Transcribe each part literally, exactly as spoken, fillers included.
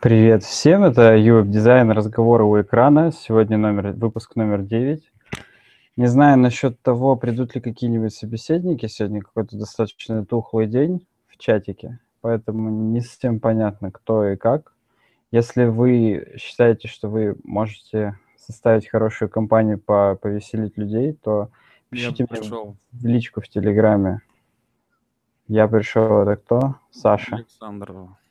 Привет всем, это ю экс-дизайн, разговоры у экрана. Сегодня номер, выпуск номер девять. Не знаю насчет того, придут ли какие-нибудь собеседники. Сегодня какой-то достаточно тухлый день в чатике, поэтому не совсем понятно, кто и как. Если вы считаете, что вы можете составить хорошую компанию, по повеселить людей, то Я пишите мне пришел. в личку в Телеграме. Я пришел, это кто? Саша. Александр,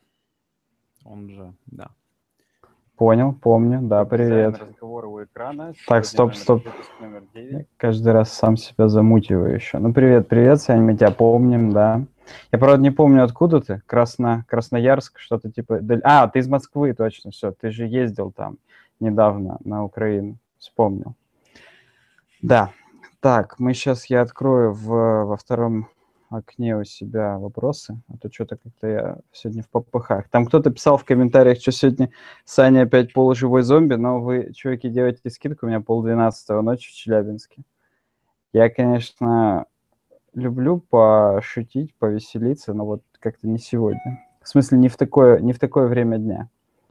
он же, да. Понял, помню, да, Дизайн, привет. разговоры у экрана. Так, Сегодня стоп, номер, стоп. выпуск номер Я девять. каждый раз сам себя замутиваю еще. Ну, привет, привет, Сань, мы тебя помним, да. Я, правда, не помню, откуда ты. Красно... Красноярск, что-то типа... даль- А, ты из Москвы, точно, все. Ты же ездил там недавно на Украину. Вспомнил. Да. Так, мы сейчас, я открою в, во втором окне у себя вопросы, а то что-то как-то я сегодня в попыхах. Там кто-то писал в комментариях, что сегодня Саня опять полуживой зомби, но вы, чуваки, делаете скидку, у меня полдвенадцатого ночи в Челябинске. Я, конечно, люблю пошутить, повеселиться, но вот как-то не сегодня. В смысле, не в такое, не в такое время дня.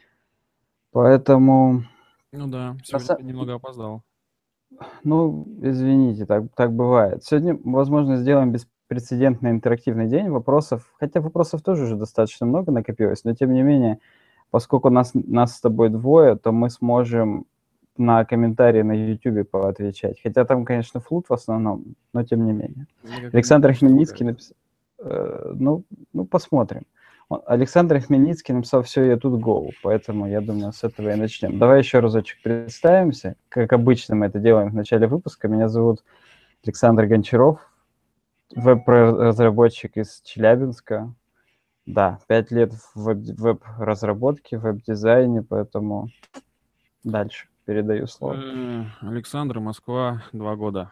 Поэтому... Ну да, на сегодня са- ты немного опоздал. Ну, извините, так, так бывает. Сегодня, возможно, сделаем беспрецедентный интерактивный день вопросов. Хотя вопросов тоже уже достаточно много накопилось, но тем не менее, поскольку нас, нас с тобой двое, то мы сможем на комментарии на YouTube поотвечать. Хотя там, конечно, флут в основном, но тем не менее. Мне как Александр не Хмельницкий читает. написал... э, ну, ну, посмотрим. Он- Александр Хмельницкий написал «Все, я тут go», поэтому я думаю, с этого и начнем. Давай еще разочек представимся. Как обычно мы это делаем в начале выпуска. Меня зовут Александр Гончаров, веб-разработчик из Челябинска. Да, пять лет в веб- веб-разработке, веб-дизайне, поэтому дальше передаю слово. Э, Александр, Москва, два года.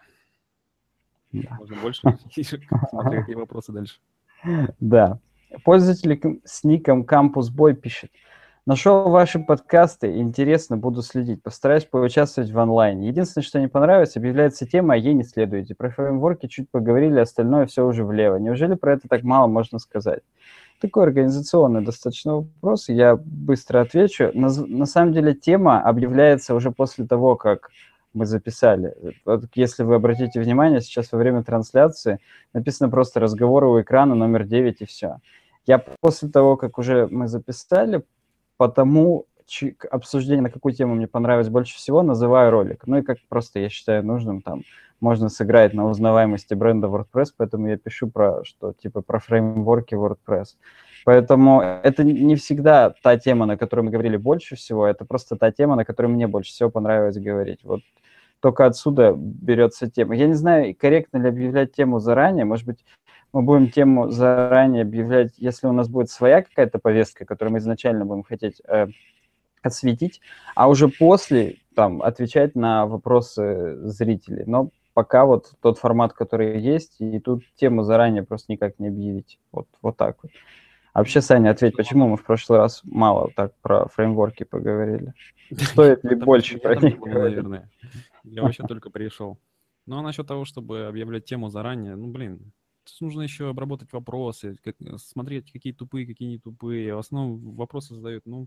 Да. Можно больше? Смотри, какие вопросы дальше. Да. Пользователь к- с ником Campus Boy пишет. Нашел ваши подкасты, интересно, буду следить. Постараюсь поучаствовать в онлайне. Единственное, что не понравилось, объявляется тема, а ей не следуете. Про фреймворки чуть поговорили, остальное все уже влево. Неужели про это так мало можно сказать? Такой организационный достаточно вопрос, я быстро отвечу. На, на самом деле тема объявляется уже после того, как мы записали. Вот если вы обратите внимание, сейчас во время трансляции написано просто «разговоры у экрана номер девять» и все. Я после того, как уже мы записали, потому чи- обсуждение, на какую тему мне понравилось больше всего, называю ролик. Ну и как просто я считаю нужным, там можно сыграть на узнаваемости бренда WordPress, поэтому я пишу про что, типа про фреймворки WordPress. Поэтому это не всегда та тема, на которой мы говорили больше всего, это просто та тема, на которой мне больше всего понравилось говорить. Вот только отсюда берется тема. Я не знаю, корректно ли объявлять тему заранее. Может быть, мы будем тему заранее объявлять, если у нас будет своя какая-то повестка, которую мы изначально будем хотеть э, осветить, а уже после там отвечать на вопросы зрителей. Но пока вот тот формат, который есть, и тут тему заранее просто никак не объявить. Вот, вот так вот. А вообще, Саня, ответь, почему мы в прошлый раз мало так про фреймворки поговорили? Стоит ли Потому что больше меня про там не них было, говорить? наверное. Я вообще только пришел. Ну, а насчет того, чтобы объявлять тему заранее, ну, блин, тут нужно еще обработать вопросы, как, смотреть, какие тупые, какие не тупые. В основном вопросы задают, ну,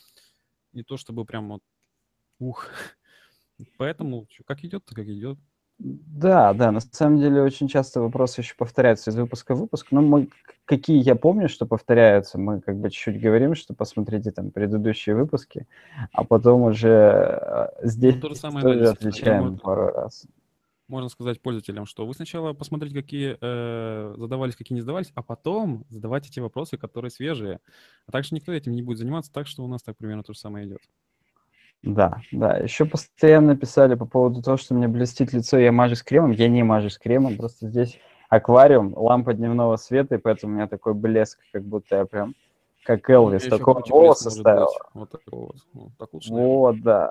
не то чтобы прям вот, ух. Поэтому чё, как идет, то как идет. Да, да, на самом деле очень часто вопросы еще повторяются из выпуска в выпуск, но мы, к- какие я помню, что повторяются, мы как бы чуть-чуть говорим, что посмотрите там предыдущие выпуски, а потом уже э, здесь Ну, то же самое, да, тоже действительно. И отвечаем можно, пару раз. можно сказать пользователям, что вы сначала посмотрите, какие э, задавались, какие не задавались, а потом задавайте те вопросы, которые свежие. А также никто этим не будет заниматься, так что у нас так примерно то же самое идет. Да, да, еще постоянно писали по поводу того, что у меня блестит лицо, я мажусь кремом, я не мажусь кремом, просто здесь аквариум, лампа дневного света, и поэтому у меня такой блеск, как будто я прям как У меня Элвис, еще такого круче блеск волоса может быть. ставила. Вот такого вот. Ну, так лучше, наверное. Вот, да.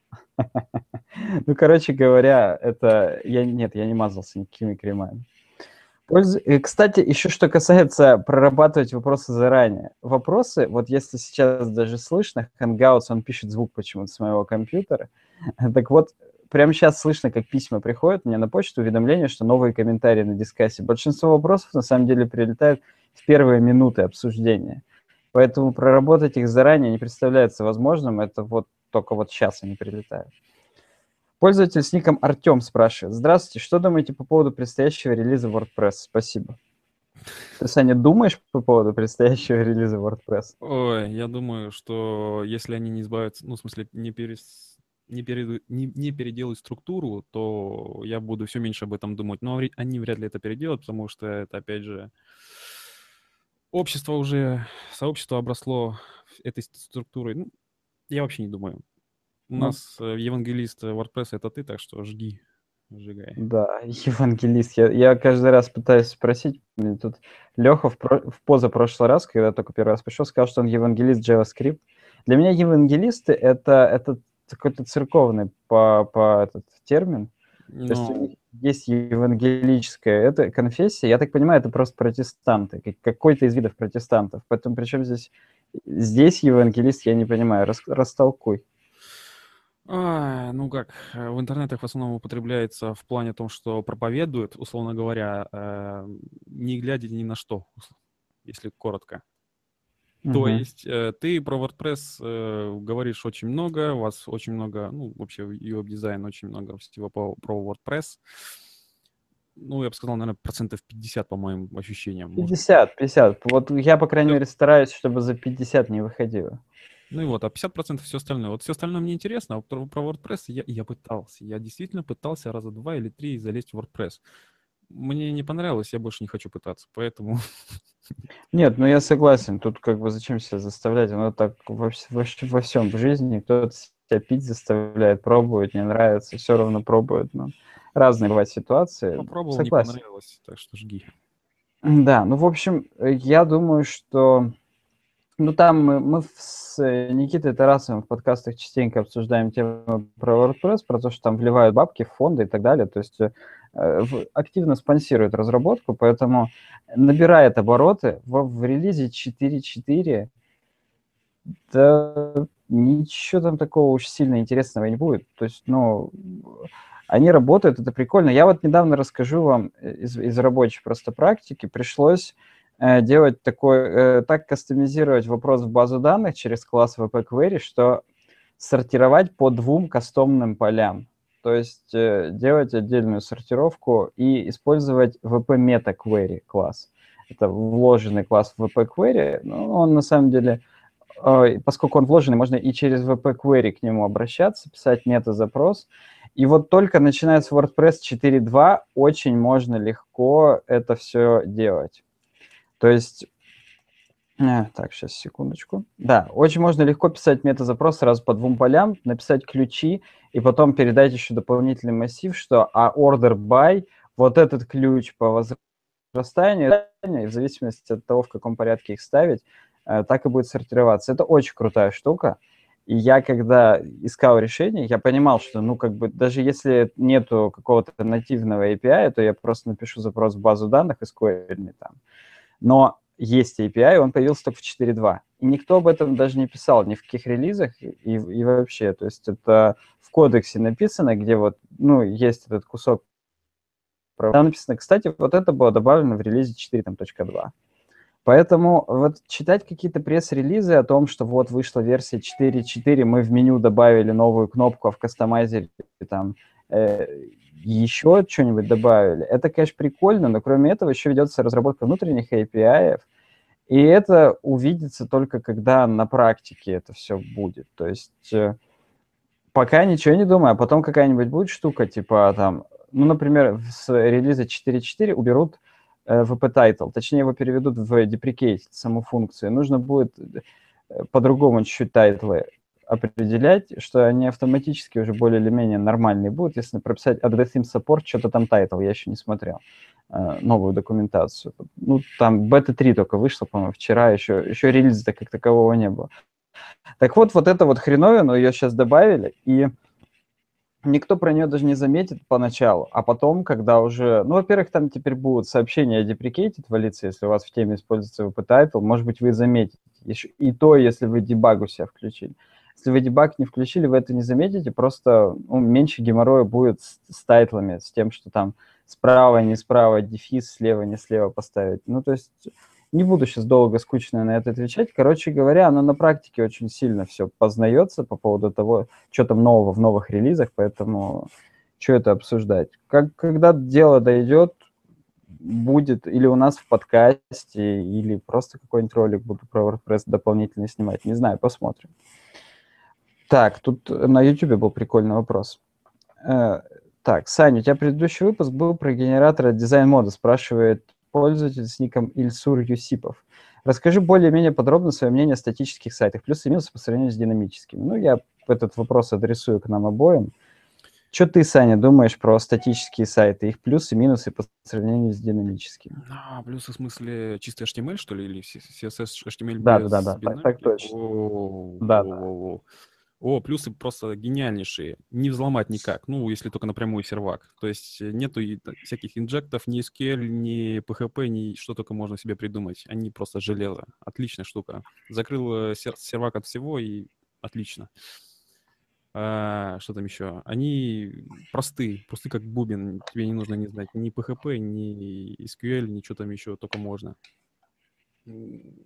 Ну, короче говоря, это я нет, я не мазался никакими кремами. Пользу- и, Кстати, еще что касается прорабатывать вопросы заранее. Вопросы, вот если сейчас даже слышно, Hangouts, он пишет звук почему-то с моего компьютера. Так вот, прямо сейчас слышно, как письма приходят мне на почту, уведомления, что новые комментарии на дискассе. Большинство вопросов на самом деле прилетают в первые минуты обсуждения. Поэтому проработать их заранее не представляется возможным. Это вот только вот сейчас они прилетают. Пользователь с ником Артем спрашивает. Здравствуйте, что думаете по поводу предстоящего релиза WordPress? Спасибо. Ты, Саня, думаешь по поводу предстоящего релиза WordPress? Ой, я думаю, что если они не избавятся, ну, в смысле, не, перес... не, переду- не, не переделают структуру, то я буду все меньше об этом думать. Но вре- они вряд ли это переделают, потому что это, опять же, общество уже, сообщество обросло этой ст- структурой. Ну, я вообще не думаю. У Ну, нас э, евангелист WordPress — это ты, так что жги, сжигай. да, евангелист. Я, я каждый раз пытаюсь спросить. Мне тут Леха в, про- в позапрошлый раз, когда только первый раз пришел, сказал, что он евангелист JavaScript. Для меня евангелисты это, это какой-то церковный по, по этот термин. То есть у Ну, них есть евангелическая это конфессия. Я так понимаю, это просто протестанты, как- какой-то из видов протестантов. Поэтому причем здесь, здесь евангелист, я не понимаю. Рас, растолкуй. а, ну как, э, в интернетах в основном употребляется в плане том, что проповедуют, условно говоря, э, не глядя ни на что, ус- если коротко. То Мгм. есть э, ты про WordPress э, говоришь очень много, у вас очень много, ну, вообще ю экс-дизайн очень много всего по, про WordPress. Ну, я бы сказал, наверное, процентов пятьдесят, по моим ощущениям, может быть. пятьдесят, пятьдесят. Вот я, по крайней Всё- мере, стараюсь, чтобы за пятьдесят не выходило. Ну и вот, а пятьдесят процентов все остальное. Вот все остальное мне интересно, а вот про, про WordPress я, я пытался. Я действительно пытался раза два или три залезть в WordPress. Мне не понравилось, я больше не хочу пытаться, поэтому... Нет, ну я согласен. Тут как бы зачем себя заставлять? Оно так во, вс- во, вс- во всем в жизни. Кто-то себя пить заставляет, пробует, не нравится, все равно пробует. Но разные бывают ситуации. Попробовал, не Согласен. понравилось, так что жги. Да, ну, в общем, э, я думаю, что... Ну, там мы, мы в- с э, Никитой Тарасовым в подкастах частенько обсуждаем тему про WordPress, про то, что там вливают бабки в фонды и так далее. То есть э, в- активно спонсируют разработку, поэтому набирает обороты. В, в релизе четыре точка четыре да ничего там такого уж сильно интересного не будет. То есть, ну, они работают, это прикольно. Я вот недавно расскажу вам из, из рабочей просто практики. Пришлось э, делать такой, э, так кастомизировать вопрос в базу данных через класс ви пи Query, что сортировать по двум кастомным полям. То есть э, делать отдельную сортировку и использовать ви пи Meta Query класс. Это вложенный класс в ви пи Query, но он на самом деле э, поскольку он вложенный, можно и через ви пи Query к нему обращаться, писать мета-запрос. И вот только начиная с WordPress четыре точка два очень можно легко это все делать. То есть, э, так, сейчас, секундочку. Да, очень можно легко писать мета-запрос сразу по двум полям, написать ключи, и потом передать еще дополнительный массив, что а order by, вот этот ключ по возрастанию, и в зависимости от того, в каком порядке их ставить, э, так и будет сортироваться. Это очень крутая штука. И я, когда искал решение, я понимал, что, ну, как бы, даже если нету какого-то нативного эй пи ай, то я просто напишу запрос в базу данных эс ку эль там. Но есть эй пи ай, он появился только в четыре точка два. И никто об этом даже не писал ни в каких релизах и, и вообще. То есть это в кодексе написано, где вот, ну, есть этот кусок. Там написано, кстати, вот это было добавлено в релизе четыре точка два. Поэтому вот читать какие-то пресс-релизы о том, что вот вышла версия четыре точка четыре, мы в меню добавили новую кнопку, а в кастомайзере там э, еще что-нибудь добавили, это, конечно, прикольно, но кроме этого еще ведется разработка внутренних эй пи ай, и это увидится только когда на практике это все будет. То есть э, пока ничего не думаю, а потом какая-нибудь будет штука, типа там, ну, например, с релиза четыре точка четыре уберут э, ви пи title, точнее его переведут в deprecate, саму функцию. Нужно будет э, по-другому чуть-чуть тайтлы определять, что они автоматически уже более или менее нормальные будут, если прописать add theme support, что-то там title, я еще не смотрел, э, новую документацию. Ну, там бета три только вышла, по-моему, вчера, еще, еще релиза как такового не было. Так вот, вот это вот хреновину ее сейчас добавили, и никто про нее даже не заметит поначалу, а потом, когда уже... Ну, во-первых, там теперь будут сообщения deprecated валиться, если у вас в теме используется ви пи title, может быть, вы заметите. Еще, и то, если вы дебаг у себя включили. Если вы дебаг не включили, вы это не заметите, просто ну, меньше геморроя будет с, с тайтлами, с тем, что там справа, не справа, дефис, слева, не слева поставить. Ну, то есть Не буду сейчас долго, скучно на это отвечать. Короче говоря, оно на практике очень сильно все познается по поводу того, что там нового в новых релизах, поэтому что это обсуждать. Как, когда дело дойдет, будет или у нас в подкасте, или просто какой-нибудь ролик буду про WordPress дополнительно снимать. Не знаю, посмотрим. Так, тут на YouTube был прикольный вопрос. Э, так, Саня, у тебя предыдущий выпуск был про генератор дизайн-мода, спрашивает пользователь с ником Ильсур Юсипов. Расскажи более-менее подробно свое мнение о статических сайтах, плюсы и минусы по сравнению с динамическими. Ну, я этот вопрос адресую к нам обоим. Что ты, Саня, думаешь про статические сайты, их плюсы и минусы по сравнению с динамическими? А, плюсы в смысле чистый эйч ти эм эль, что ли, или си эс эс, эйч ти эм эль Да, без да, да, да, так, так динамики? точно. О, Да, о, да. о, о. О, плюсы просто гениальнейшие. Не взломать никак, ну, если только напрямую сервак. То есть нету и т- всяких инжектов, ни эс кью эль, ни пи эйч пи, ни что только можно себе придумать. Они просто железо. Отличная штука. Закрыл э, сер- сервак от всего и отлично. А, что там еще? Они просты, просты как бубен. Тебе не нужно не знать ни пи эйч пи, ни эс кью эль, ничего там еще только можно. М,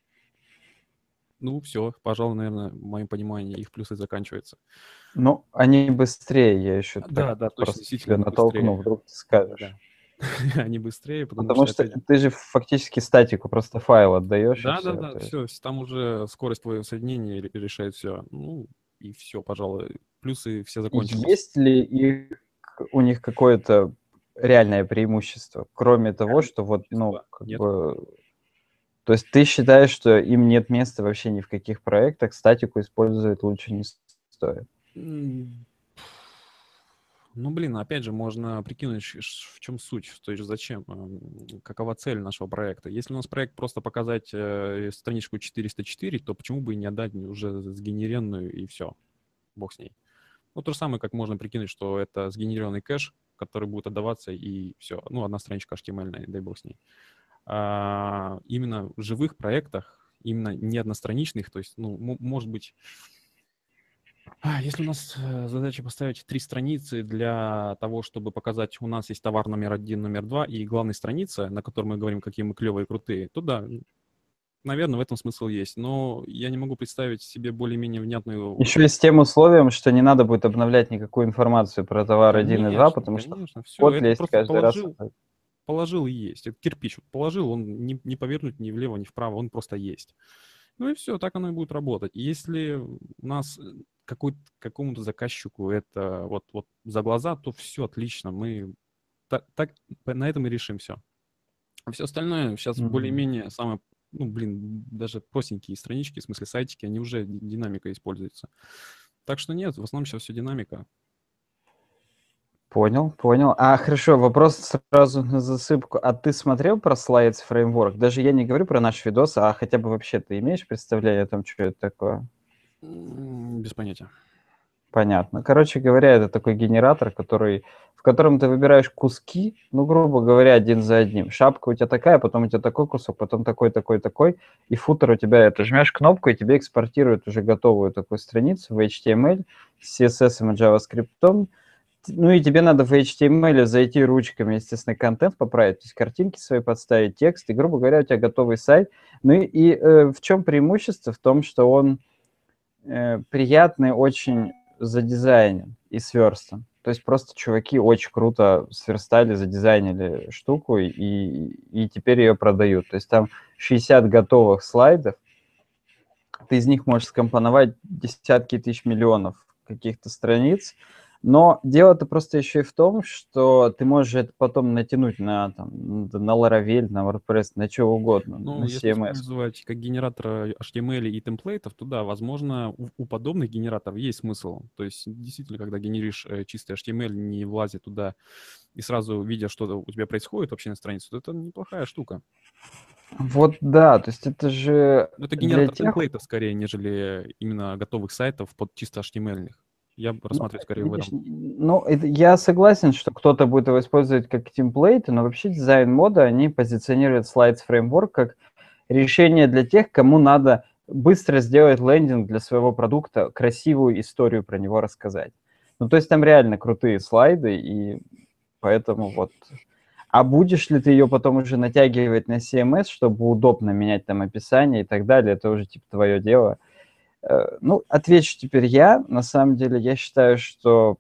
Ну, все, пожалуй, наверное, в моем понимании их плюсы заканчиваются. Ну, они быстрее, я еще так Да, да, точно, просто действительно, тебя они натолкну, быстрее. вдруг ты скажешь. Да, они быстрее, потому Потому что, что опять же, ты же фактически статику, просто файл отдаешь, и да, да, все. да, То есть все, там уже скорость твоего соединения ре- решает все. Ну, и все, пожалуй, плюсы все закончились. есть ли их, у них какое-то реальное преимущество, кроме того, Реальные что вот, ну, преимущества как нет. бы... То есть ты считаешь, что им нет места вообще ни в каких проектах, статику использовать лучше не стоит? М, Ну, блин, опять же, можно прикинуть, ш- ш- в чем суть, то есть зачем, эм, какова цель нашего проекта. Если у нас проект просто показать э, страничку четыреста четыре, то почему бы и не отдать уже сгенеренную и все, бог с ней. Ну, то же самое, как можно прикинуть, что это сгенерированный кэш, который будет отдаваться, и все. Ну, одна страничка эйч ти эм эль, дай бог с ней. А, именно в живых проектах, именно не одностраничных, то есть, ну, м- может быть, а, если у нас э, задача поставить три страницы для того, чтобы показать, у нас есть товар номер один, номер два и главная страница, на которой мы говорим, какие мы клевые и крутые, то да, наверное, в этом смысл есть. Но я не могу представить себе более-менее внятную... Еще и с тем условием, что не надо будет обновлять никакую информацию про товар один и два, Конечно, потому что конечно, все. код Это лезть просто каждый раз. положил, положил и есть. Это кирпич. Вот положил, он не, не повернуть ни влево, ни вправо, он просто есть. Ну и все, так оно и будет работать. Если у нас э, какой какому-то заказчику это вот, вот за глаза, то все отлично. Мы так, так на этом и решим все. А все остальное сейчас Мгм. более-менее самое, ну, блин, даже простенькие странички, в смысле сайтики, они уже ди- динамика используются. Так что нет, в основном сейчас все динамика. Понял, понял. А хорошо, вопрос сразу на засыпку. А ты смотрел про Slides Framework? Даже я не говорю про наш видос, а хотя бы вообще ты имеешь представление о том, что это такое? М, Без понятия. Понятно. Короче говоря, это такой генератор, который, в котором ты выбираешь куски, ну, грубо говоря, один за одним. Шапка у тебя такая, потом у тебя такой кусок, потом такой, такой, такой, и футер у тебя это. Жмешь кнопку, и тебе экспортирует уже готовую такую страницу в эйч ти эм эль с си эс эс и JavaScript. Ну и тебе надо в эйч ти эм эль зайти ручками, естественно, контент поправить, то есть картинки свои подставить, текст, и, грубо говоря, у тебя готовый сайт. Ну и, и э, в чем преимущество? В том, что он э, приятный очень задизайнен и сверстан. То есть просто чуваки очень круто сверстали, задизайнили штуку и, и теперь ее продают. То есть там шестьдесят готовых слайдов, ты из них можешь скомпоновать десятки тысяч миллионов каких-то страниц, но дело-то просто еще и в том, что ты можешь это потом натянуть на, там, на Laravel, на WordPress, на что угодно, Ну, на если си эм эс. использовать как генератор эйч ти эм эль и темплейтов, то да, возможно, у, у подобных генераторов есть смысл. То есть, действительно, когда генеришь э, чистый эйч ти эм эль, не влазя туда и сразу видя, что у тебя происходит вообще на странице, то это неплохая штука. Вот да, то есть это же Но это для генератор тех. темплейтов скорее, нежели именно готовых сайтов под чисто эйч ти эм эль-ных. Я бы Ну, рассматриваю скорее в видишь, этом. ну, это, я согласен, что кто-то будет его использовать как темплейты, но вообще дизайн мода, они позиционируют Slides Framework как решение для тех, кому надо быстро сделать лендинг для своего продукта, красивую историю про него рассказать. Ну, то есть там реально крутые слайды, и поэтому вот... А будешь ли ты ее потом уже натягивать на си эм эс, чтобы удобно менять там описание и так далее, это уже типа твое дело. Ну, отвечу теперь я. На самом деле, я считаю, что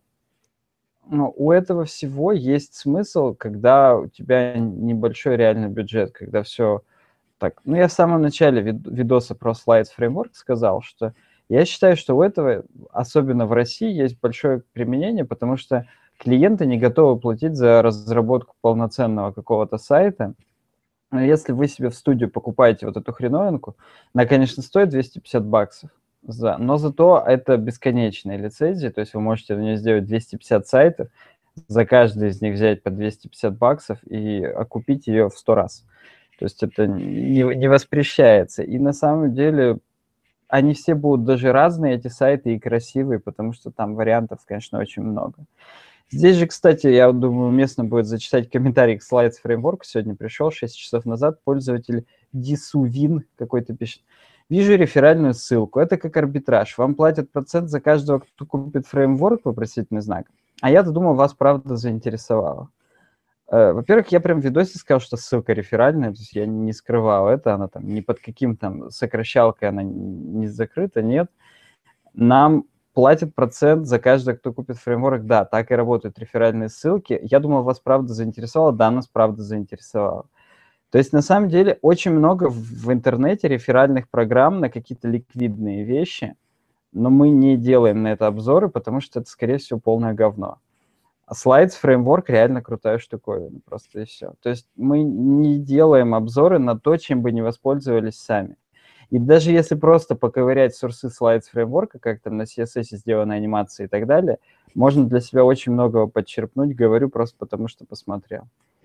ну, у этого всего есть смысл, когда у тебя небольшой реальный бюджет, когда все так. Ну, я в самом начале вид- видоса про Slides Framework сказал, что я считаю, что у этого, особенно в России, есть большое применение, потому что клиенты не готовы платить за разработку полноценного какого-то сайта. Но если вы себе в студию покупаете вот эту хреновинку, она, конечно, стоит двести пятьдесят баксов, за, но зато это бесконечная лицензия, то есть вы можете в ней сделать двести пятьдесят сайтов, за каждый из них взять по двести пятьдесят баксов и окупить ее в сто раз. То есть это не, не воспрещается. И на самом деле они все будут даже разные, эти сайты, и красивые, потому что там вариантов, конечно, очень много. Здесь же, кстати, я думаю, уместно будет зачитать комментарий к Slides Framework. Сегодня пришел шесть часов назад пользователь Дисувин какой-то пишет. Вижу реферальную ссылку. Это как арбитраж. Вам платят процент за каждого, кто купит фреймворк, вопросительный знак. А я-то думал, вас правда заинтересовало. Во-первых, я прям в видосе сказал, что ссылка реферальная, то есть я не скрывал это, она там ни под каким там сокращалкой она не закрыта, нет. Нам платят процент за каждого, кто купит фреймворк. Да, так и работают реферальные ссылки. Я думал, вас правда заинтересовало. Да, нас правда заинтересовало. То есть на самом деле очень много в интернете реферальных программ на какие-то ликвидные вещи, но мы не делаем на это обзоры, потому что это, скорее всего, полное говно. А Slides Framework реально крутая штуковина, просто и все. То есть мы не делаем обзоры на то, чем бы не воспользовались сами. И даже если просто поковырять сорсы Slides Framework, как там на си эс эс сделаны анимации и так далее, можно для себя очень многого подчерпнуть, говорю просто потому, что посмотрел.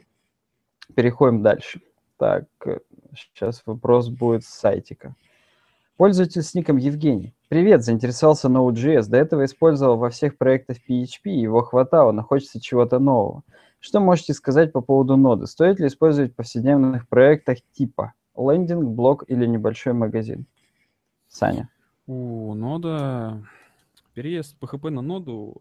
Переходим дальше. Так, сейчас вопрос будет с сайтика. Пользователь с ником Евгений. Привет, заинтересовался Node.js. До этого использовал во всех проектах пи эйч пи, его хватало, но хочется чего-то нового. Что можете сказать по поводу ноды? Стоит ли использовать в повседневных проектах типа лендинг, блог или небольшой магазин? Саня. У нода, переезд пэ хэ пэ на ноду,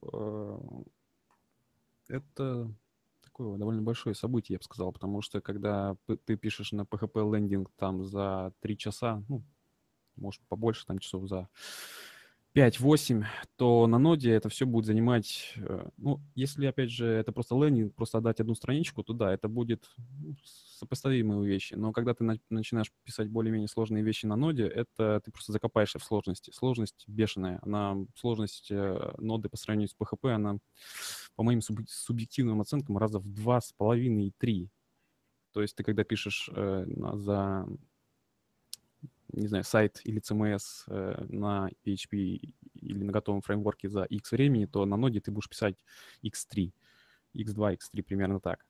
э, это такое довольно большое событие, я бы сказал, потому что когда ты пишешь на пэ хэ пэ лендинг там за три часа, ну, может, побольше, там часов за пять-восемь, то на ноде это все будет занимать, ну, если, опять же, это просто лендинг, просто отдать одну страничку, то да, это будет ну, сопоставимые вещи. Но когда ты на- начинаешь писать более-менее сложные вещи на ноде, это ты просто закопаешься в сложности. Сложность бешеная. Она, сложность э, ноды по сравнению с пэ хэ пэ, она, по моим суб- субъективным оценкам, раза в два с половиной и три. То есть ты, когда пишешь э, на- за не знаю, сайт или си эм эс э, на пи эйч пи или на готовом фреймворке за X времени, то на ноде ты будешь писать икс три, икс два, икс три, примерно так.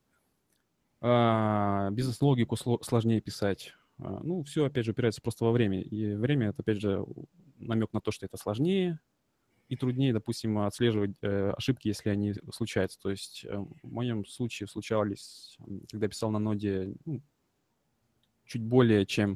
А, бизнес-логику сло- сложнее писать. А, ну, все, опять же, упирается просто во время. И время — это, опять же, намек на то, что это сложнее и труднее, допустим, отслеживать э, ошибки, если они случаются. То есть э, в моем случае случались, когда писал на ноде, ну, чуть более чем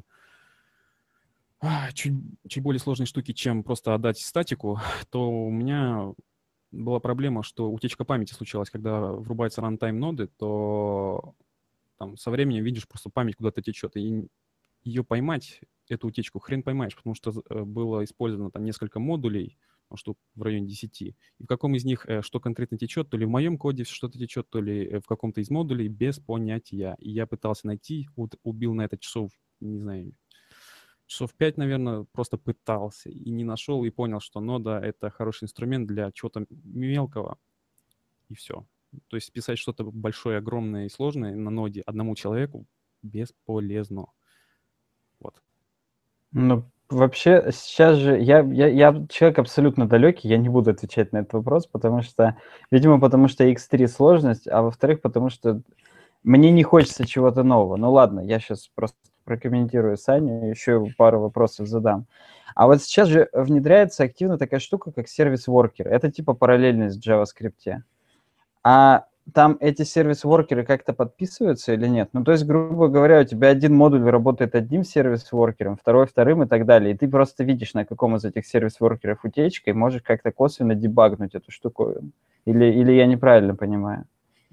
а, чуть, чуть более сложные штуки, чем просто отдать статику, то у меня была проблема, что утечка памяти случалась, когда врубается рантайм ноды, то там со временем видишь, просто память куда-то течет, и ее поймать, эту утечку, хрен поймаешь, потому что э, было использовано там несколько модулей, ну, штук в районе десяти. И в каком из них э, что конкретно течет, то ли в моем коде что-то течет, то ли э, в каком-то из модулей, без понятия. И я пытался найти, вот, убил на это часов, не знаю, часов пять, наверное, просто пытался и не нашел, и понял, что нода — это хороший инструмент для чего-то мелкого, и все. То есть писать что-то большое, огромное и сложное на ноде одному человеку бесполезно. Вот. Ну, вообще, сейчас же я, я, я человек абсолютно далекий, я не буду отвечать на этот вопрос, потому что, видимо, потому что икс три сложность, а во-вторых, потому что мне не хочется чего-то нового. Ну ладно, я сейчас просто прокомментирую Саню, еще пару вопросов задам. А вот сейчас же внедряется активно такая штука, как сервис-воркер. Это типа параллельность в JavaScript. А там эти сервис-воркеры как-то подписываются или нет? Ну, то есть, грубо говоря, у тебя один модуль работает одним сервис-воркером, второй вторым и так далее, и ты просто видишь, на каком из этих сервис-воркеров утечка, и можешь как-то косвенно дебагнуть эту штуку. Или, или я неправильно понимаю?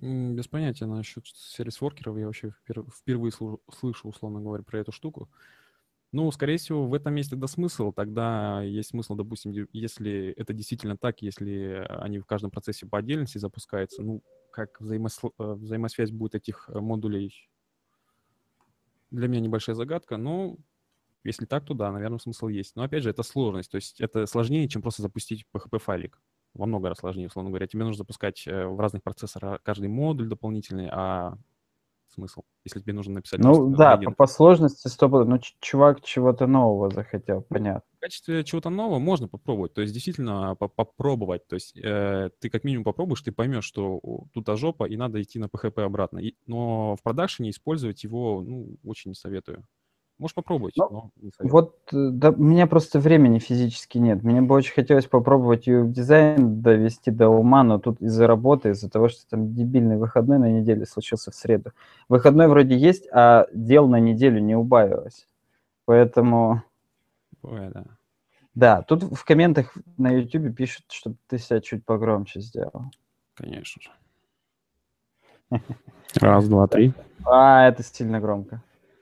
М, Без понятия насчет сервис-воркеров. Я вообще впер- впервые слу- слышу, условно говоря, про эту штуку. Ну, скорее всего, в этом есть тогда смысл. Тогда есть смысл, допустим, де- если это действительно так, если они в каждом процессе по отдельности запускаются, ну, как взаимосло- э, взаимосвязь будет этих э, модулей, для меня небольшая загадка, но если так, то да, наверное, смысл есть. Но опять же, это сложность, то есть это сложнее, чем просто запустить пи эйч пи-файлик. Во много раз сложнее, условно говоря. Тебе нужно запускать э, в разных процессорах каждый модуль дополнительный, а смысл, если тебе нужно написать Ну просто да, по, градиент. по сложности сто. Ну, ч- чувак чего-то нового захотел, Ну, понятно. в качестве чего-то нового можно попробовать. То есть действительно по- попробовать. То есть э, ты как минимум попробуешь, ты поймешь, что о, тут ожопа, и надо идти на пи эйч пи обратно. И- но в продакшене использовать его, ну, очень не советую. Можешь попробовать, Ну, но не советую. вот, э, да, у меня просто времени физически нет. Мне бы очень хотелось попробовать ю ай-дизайн довести до ума, но тут из-за работы, из-за того, что там дебильный выходной на неделе случился в среду. Выходной вроде есть, а дел на неделю не убавилось. Поэтому, Бывает, да. да, тут в комментах на ютубе пишут, чтобы ты себя чуть погромче сделал. Конечно же. Раз, два, Да. три. А, это сильно громко.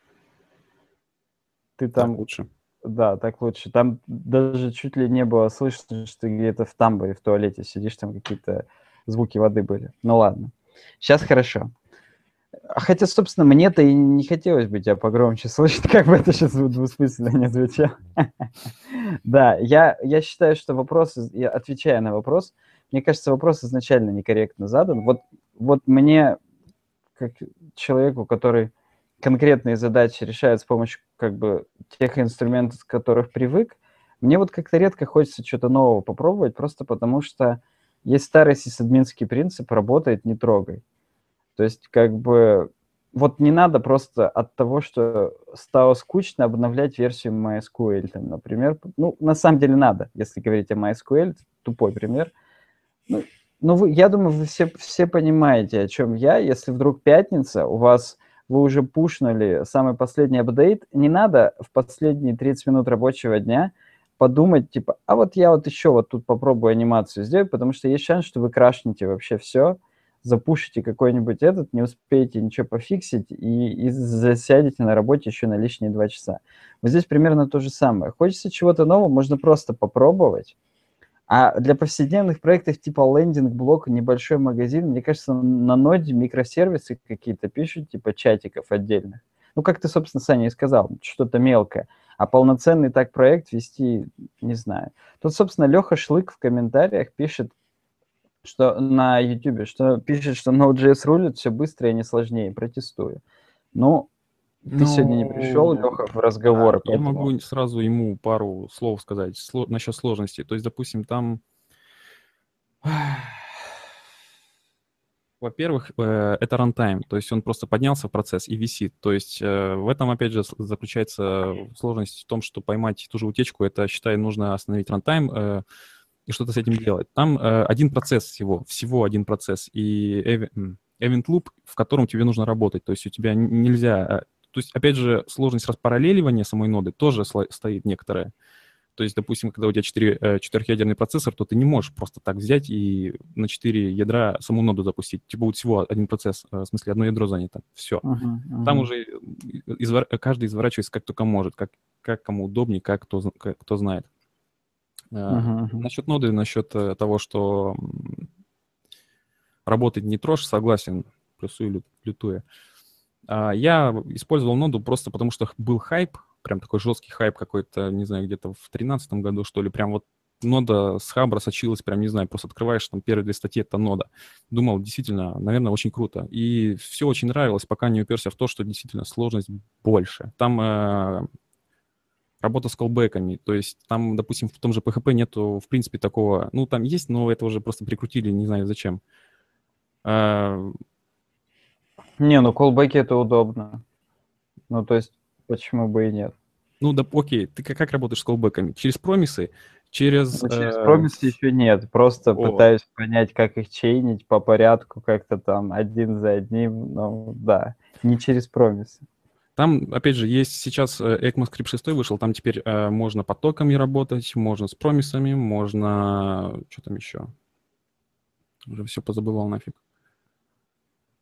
Ты Так там, лучше. да, так лучше. Там даже чуть ли не было слышно, что ты где-то в тамбуре, в туалете сидишь, там какие-то звуки воды были. Ну ладно. Сейчас хорошо. А хотя, собственно, мне-то и не хотелось бы тебя погромче слышать, как бы это сейчас двусмысленно не звучало. Да, я, я считаю, что вопрос, из- я отвечая на вопрос, мне кажется, вопрос изначально некорректно задан. Вот, вот мне, как человеку, который конкретные задачи решает с помощью как бы тех инструментов, с которых привык, мне вот как-то редко хочется что-то нового попробовать, просто потому что есть старый сисадминский принцип «работает, не трогай». То есть как бы вот не надо просто от того, что стало скучно, обновлять версию MySQL, там, например. Ну, на самом деле надо, если говорить о MySQL, это тупой пример. Ну, ну вы, я думаю, вы все, все понимаете, о чем я. Если вдруг пятница, у вас вы уже пушнули самый последний апдейт, не надо в последние тридцать минут рабочего дня подумать, типа, а вот я вот еще вот тут попробую анимацию сделать, потому что есть шанс, что вы крашнете вообще все, запушите какой-нибудь этот, не успеете ничего пофиксить и, и засядете на работе еще на лишние два часа. Вот здесь примерно то же самое. Хочется чего-то нового, можно просто попробовать. А для повседневных проектов типа лендинг-блок, небольшой магазин, мне кажется, на ноде микросервисы какие-то пишут, типа чатиков отдельных. Ну, как ты, собственно, Саня и сказал, что-то мелкое. А полноценный так проект вести, не знаю. Тут, собственно, Леха Шлык в комментариях пишет, что на YouTube, что пишет, что Node.js рулит все быстрее и не сложнее. Протестую. Ну, ты сегодня не пришел, Ну, Леха, в да, разговоры, я поэтому... могу сразу ему пару слов сказать сло- насчет сложности. То есть, допустим, там, во-первых, э, это рантайм, то есть он просто поднялся в процесс и висит. То есть э, в этом, опять же, с- заключается сложность в том, что поймать ту же утечку, это, считай, нужно остановить рантайм э, и что-то с этим делать. Там э, один процесс всего, всего один процесс, и эви- м, event loop, в котором тебе нужно работать. То есть у тебя н- нельзя... э, То есть, опять же, сложность распараллеливания самой ноды тоже сло- стоит некоторая. То есть, допустим, когда у тебя четыре, э, четырехъядерный процессор, то ты не можешь просто так взять и на четыре ядра саму ноду запустить. Типа будет всего один процесс, э, в смысле одно ядро занято. Все. Мгм, Там мгм, уже извор- каждый изворачивается как только может, как, как кому удобнее, как кто, зн- как кто знает. Э, мгм, мгм. Насчет ноды, насчет э, того, что м, работать не трожь, согласен, плюсую, лю- лютуя. А, Я использовал ноду просто потому, что был хайп, прям такой жесткий хайп какой-то, не знаю, где-то в тринадцатом году, что ли, прям вот нода с хабра сочилась, прям, не знаю, просто открываешь там первые две статьи, это нода. Думал, действительно, наверное, очень круто. И все очень нравилось, пока не уперся в то, что действительно сложность больше. Там э, работа с колбеками, то есть там, допустим, в том же пи эйч пи нету, в принципе, такого, ну, там есть, но это уже просто прикрутили, не знаю зачем. А, Не, ну колбеки это удобно. Ну, то есть, почему бы и нет? Ну, да, окей, ты как, как работаешь с колбеками? Через промисы, через... Ну, через э, промис еще нет. Просто о, пытаюсь понять, как их чейнить по порядку, как-то там один за одним. Ну, да, не через промис. Там, опять же, есть сейчас э, ECMAScript шесть вышел, там теперь э, можно потоками работать, можно с промисами, можно... Что там еще? Уже все позабывал нафиг.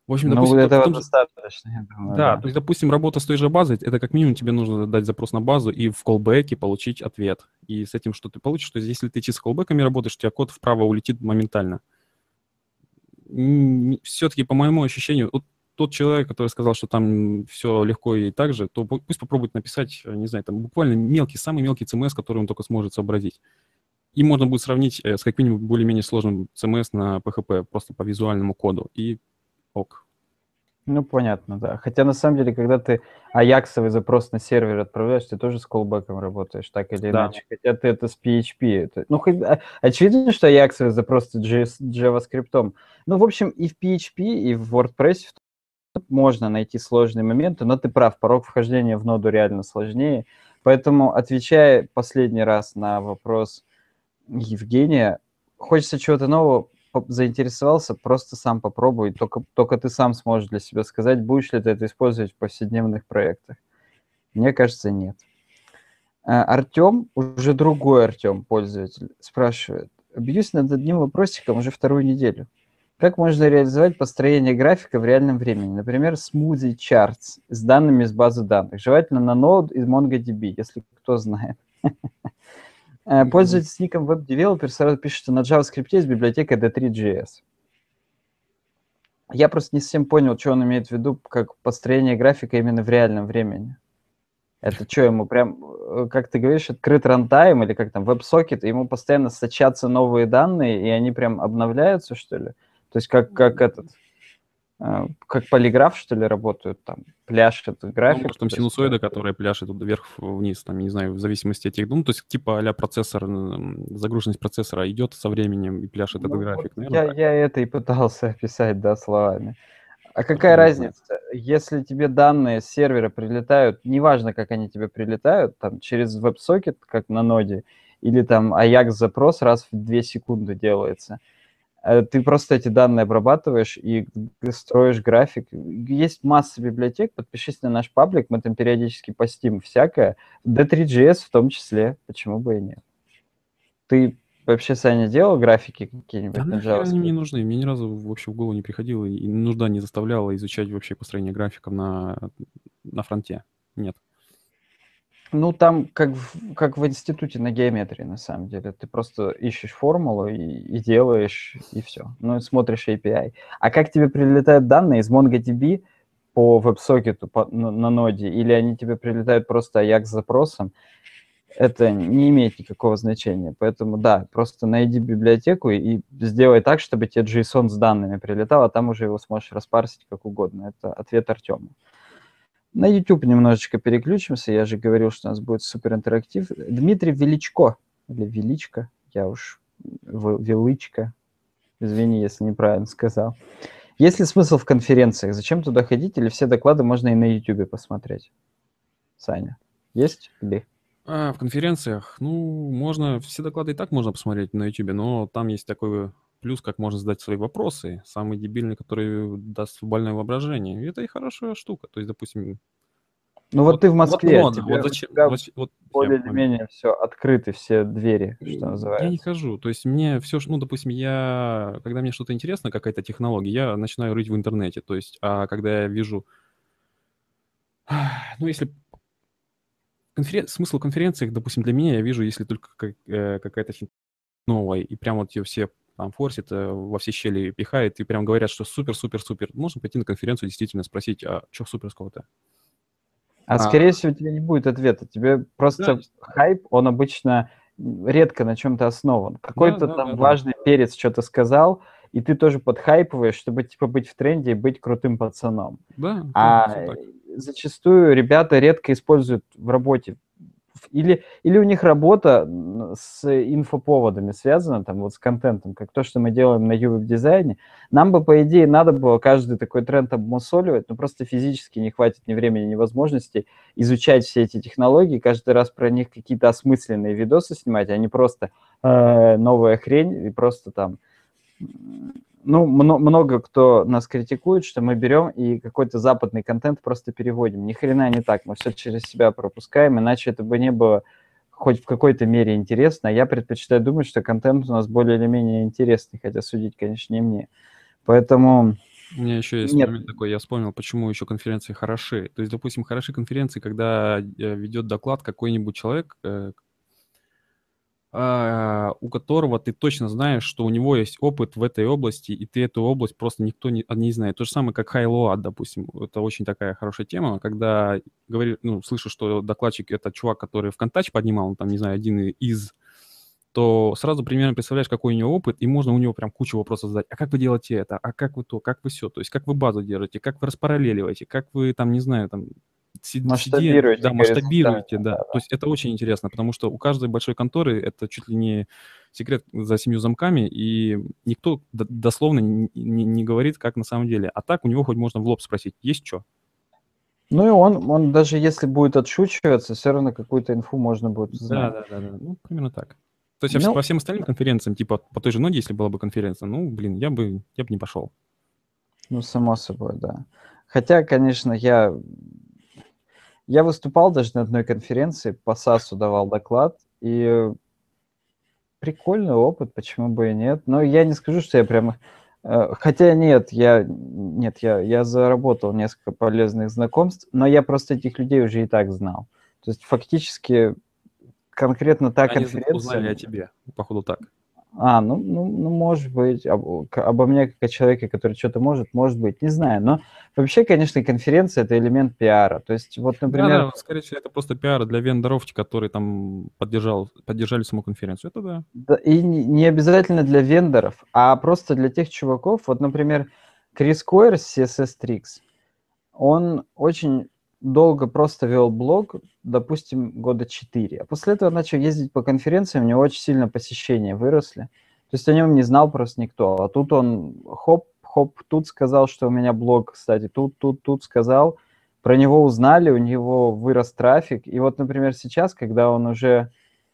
В общем, Ну, допустим, то- в этого том же, достаточно, я думаю, да, да. то есть, допустим, работа с той же базой, это как минимум тебе нужно дать запрос на базу и в колбеке получить ответ. И с этим, что ты получишь, то есть если ты чисто с колбеками работаешь, у тебя код вправо улетит моментально. Все-таки, по моему ощущению, вот тот человек, который сказал, что там все легко и так же, то пу- пусть попробует написать, э, не знаю, там буквально мелкий, самый мелкий си эм эс, который он только сможет сообразить. И можно будет сравнить э, с каким-нибудь более-менее сложным си эм эс на пи эйч пи, просто по визуальному коду. И ок. Ну, понятно, да. Хотя, на самом деле, когда ты аяксовый запрос на сервер отправляешь, ты тоже с callback'ом работаешь, так или Да. иначе. Хотя ты это с пи эйч пи. Это- ну, хоть, а- очевидно, что аяксовый запрос с J S JavaScript. Ну, в общем, и в пи эйч пи, и в WordPress можно найти сложные моменты, но ты прав, порог вхождения в ноду реально сложнее. Поэтому, отвечая последний раз на вопрос Евгения, хочется чего-то нового, поп- заинтересовался, просто сам попробуй, только, только ты сам сможешь для себя сказать, будешь ли ты это использовать в повседневных проектах. Мне кажется, нет. А, Артем, уже другой Артем, пользователь, спрашивает. Бьюсь над одним вопросиком уже вторую неделю. Как можно реализовать построение графика в реальном времени? Например, Smoothie Charts с данными из базы данных. Желательно на Node из MongoDB, если кто знает. Э, Мгм. Пользователь с ником WebDeveloper сразу пишет, что на JavaScript есть библиотека ди три джей эс. Я просто не совсем понял, что он имеет в виду, как построение графика именно в реальном времени. Это что, ему прям, э, как ты говоришь, открыт рантайм или как там, веб-сокет, и ему постоянно сочатся новые данные, и они прям обновляются, что ли? То есть как, как этот, э, как полиграф, что ли, работают там, пляшет Ну, график может, там туда-сюда. синусоида, которая пляшет тут вверх-вниз, там, не знаю, в зависимости от тех, ну, то есть типа а-ля процессор, м, загруженность процессора идет со временем и пляшет этот Ну, вот график, наверное, я, так. я это и пытался описать, да, словами. А какая Откуда я знаю? разница, если тебе данные с сервера прилетают, неважно, как они тебе прилетают, там, через веб-сокет, как на ноде, или там аякс-запрос раз в две секунды делается, э, ты просто эти данные обрабатываешь и г- строишь график. Есть масса библиотек, подпишись на наш паблик, мы там периодически постим всякое, ди три джей эс в том числе, почему бы и нет. Ты вообще, Саня, делал графики Да какие-нибудь на нахер они мне JavaScript? нужны? Мне ни разу вообще в голову не приходило, и нужда не заставляла изучать вообще построение графиков на, на фронте. Нет. Ну, там как в, как в институте на геометрии, на самом деле. Ты просто ищешь формулу и, и делаешь, и все. Ну, и смотришь эй пи ай. А как тебе прилетают данные из MongoDB по веб-сокету по, на, на ноде, или они тебе прилетают просто аякс-запросом, это не имеет никакого значения. Поэтому, да, просто найди библиотеку и сделай так, чтобы тебе JSON с данными прилетал, а там уже его сможешь распарсить как угодно. Это ответ Артему. На YouTube немножечко переключимся. Я же говорил, что у нас будет супер интерактив. Дмитрий Величко, или Величко, я уж в- Величко, извини, если неправильно сказал. Есть ли смысл в конференциях? Зачем туда ходить? Или все доклады можно и на YouTube посмотреть? Саня, есть ли? А в конференциях, ну, можно, все доклады и так можно посмотреть на YouTube, но там есть такой плюс, как можно задать свои вопросы, самый дебильный, который даст больное воображение. И это и хорошая штука. То есть, допустим, Ну вот вот, ты в вот Москве, много, тебе, вот у зачем, тебя вот, вот я более или момент. менее все открыты, все двери, что М, Я не называется. хожу. То есть мне все, ну, допустим, я, когда мне что-то интересно, какая-то технология, я начинаю рыть в интернете. То есть, а когда я вижу, ну, если конферен... смысл конференции, допустим, для меня, я вижу, если только как- э, какая-то фин- новая, и прям вот ее все там форсит, э, во все щели пихает, и прям говорят, что супер-супер-супер. Можно пойти на конференцию, действительно спросить, а что суперского-то? А А, скорее всего, тебе не будет ответа. Тебе да, просто хайп, он обычно редко на чем-то основан. да, Какой-то да, там да, да, важный перец что-то сказал, и ты тоже подхайпываешь, чтобы типа быть в тренде и быть крутым пацаном. да, да, А все так. зачастую ребята редко используют в работе. Или, или у них работа м, с инфоповодами связана, там, вот с контентом, как то, что мы делаем на ю экс-дизайне. Нам бы, по идее, надо было каждый такой тренд обмусоливать, но просто физически не хватит ни времени, ни возможности изучать все эти технологии, каждый раз про них какие-то осмысленные видосы снимать, а не просто э, новая хрень и просто там ну, мно- много кто нас критикует, что мы берем и какой-то западный контент просто переводим. Ни хрена не так, мы все через себя пропускаем, иначе это бы не было хоть в какой-то мере интересно. А я предпочитаю думать, что контент у нас более или менее интересный, хотя судить, конечно, не мне. Поэтому У меня еще есть Нет, момент такой, я вспомнил, почему еще конференции хороши. То есть, допустим, хороши конференции, когда э, ведет доклад какой-нибудь человек, э, а, у которого ты точно знаешь, что у него есть опыт в этой области, и ты эту область просто никто не, а, не знает. То же самое, как Хайлоад, допустим. Это очень такая хорошая тема, когда говорю, ну, слышу, что докладчик — это чувак, который ВКонтакте поднимал, он там, не знаю, один из, то сразу примерно представляешь, какой у него опыт, и можно у него прям кучу вопросов задать. А как вы делаете это? А как вы то? Как вы все? То есть как вы базу держите? Как вы распараллеливаете? Как вы там, не знаю, там си си ди эн, масштабируйте да, горизонтально. масштабируете, да. То есть это очень интересно, потому что у каждой большой конторы это чуть ли не секрет за семью замками, и никто д дословно не не не говорит, как на самом деле. А так у него хоть можно в лоб спросить: "Есть чё?" Ну и он, он даже если будет отшучиваться, все равно какую-то инфу можно будет узнать. Да-да-да-да. Ну, примерно так. То есть, а вс по Ну, всем остальным конференциям, типа по той же ноде, если была бы конференция, ну, блин, я бы я бы не пошел. ну, само собой, да. Хотя, конечно, я, я выступал даже на одной конференции, по САСу давал доклад, и прикольный опыт, почему бы и нет. Но я не скажу, что я прям... э, Хотя нет, я, нет, я, я заработал несколько полезных знакомств, но я просто этих людей уже и так знал. То есть фактически конкретно та Они зн узнали конференция... о тебе, походу так. А, ну, ну, ну, может быть, об- к- обо мне как о человеке, который что-то может, может быть, не знаю. Но вообще, конечно, конференция — это элемент пиара. То есть, вот, например, Да-да, скорее всего, это просто пиар для вендоров, которые там поддержал поддержали саму конференцию. Это да. да, и не не обязательно для вендоров, а просто для тех чуваков. Вот, например, Крис Койер с си эс эс Tricks, он очень долго просто вел блог, допустим, года четыре. А после этого начал ездить по конференциям, у него очень сильно посещения выросли. То есть о нем не знал просто никто. А тут он хоп, хоп, тут сказал, что у меня блог, кстати, тут, тут, тут сказал. Про него узнали, у него вырос трафик. И вот, например, сейчас, когда он уже,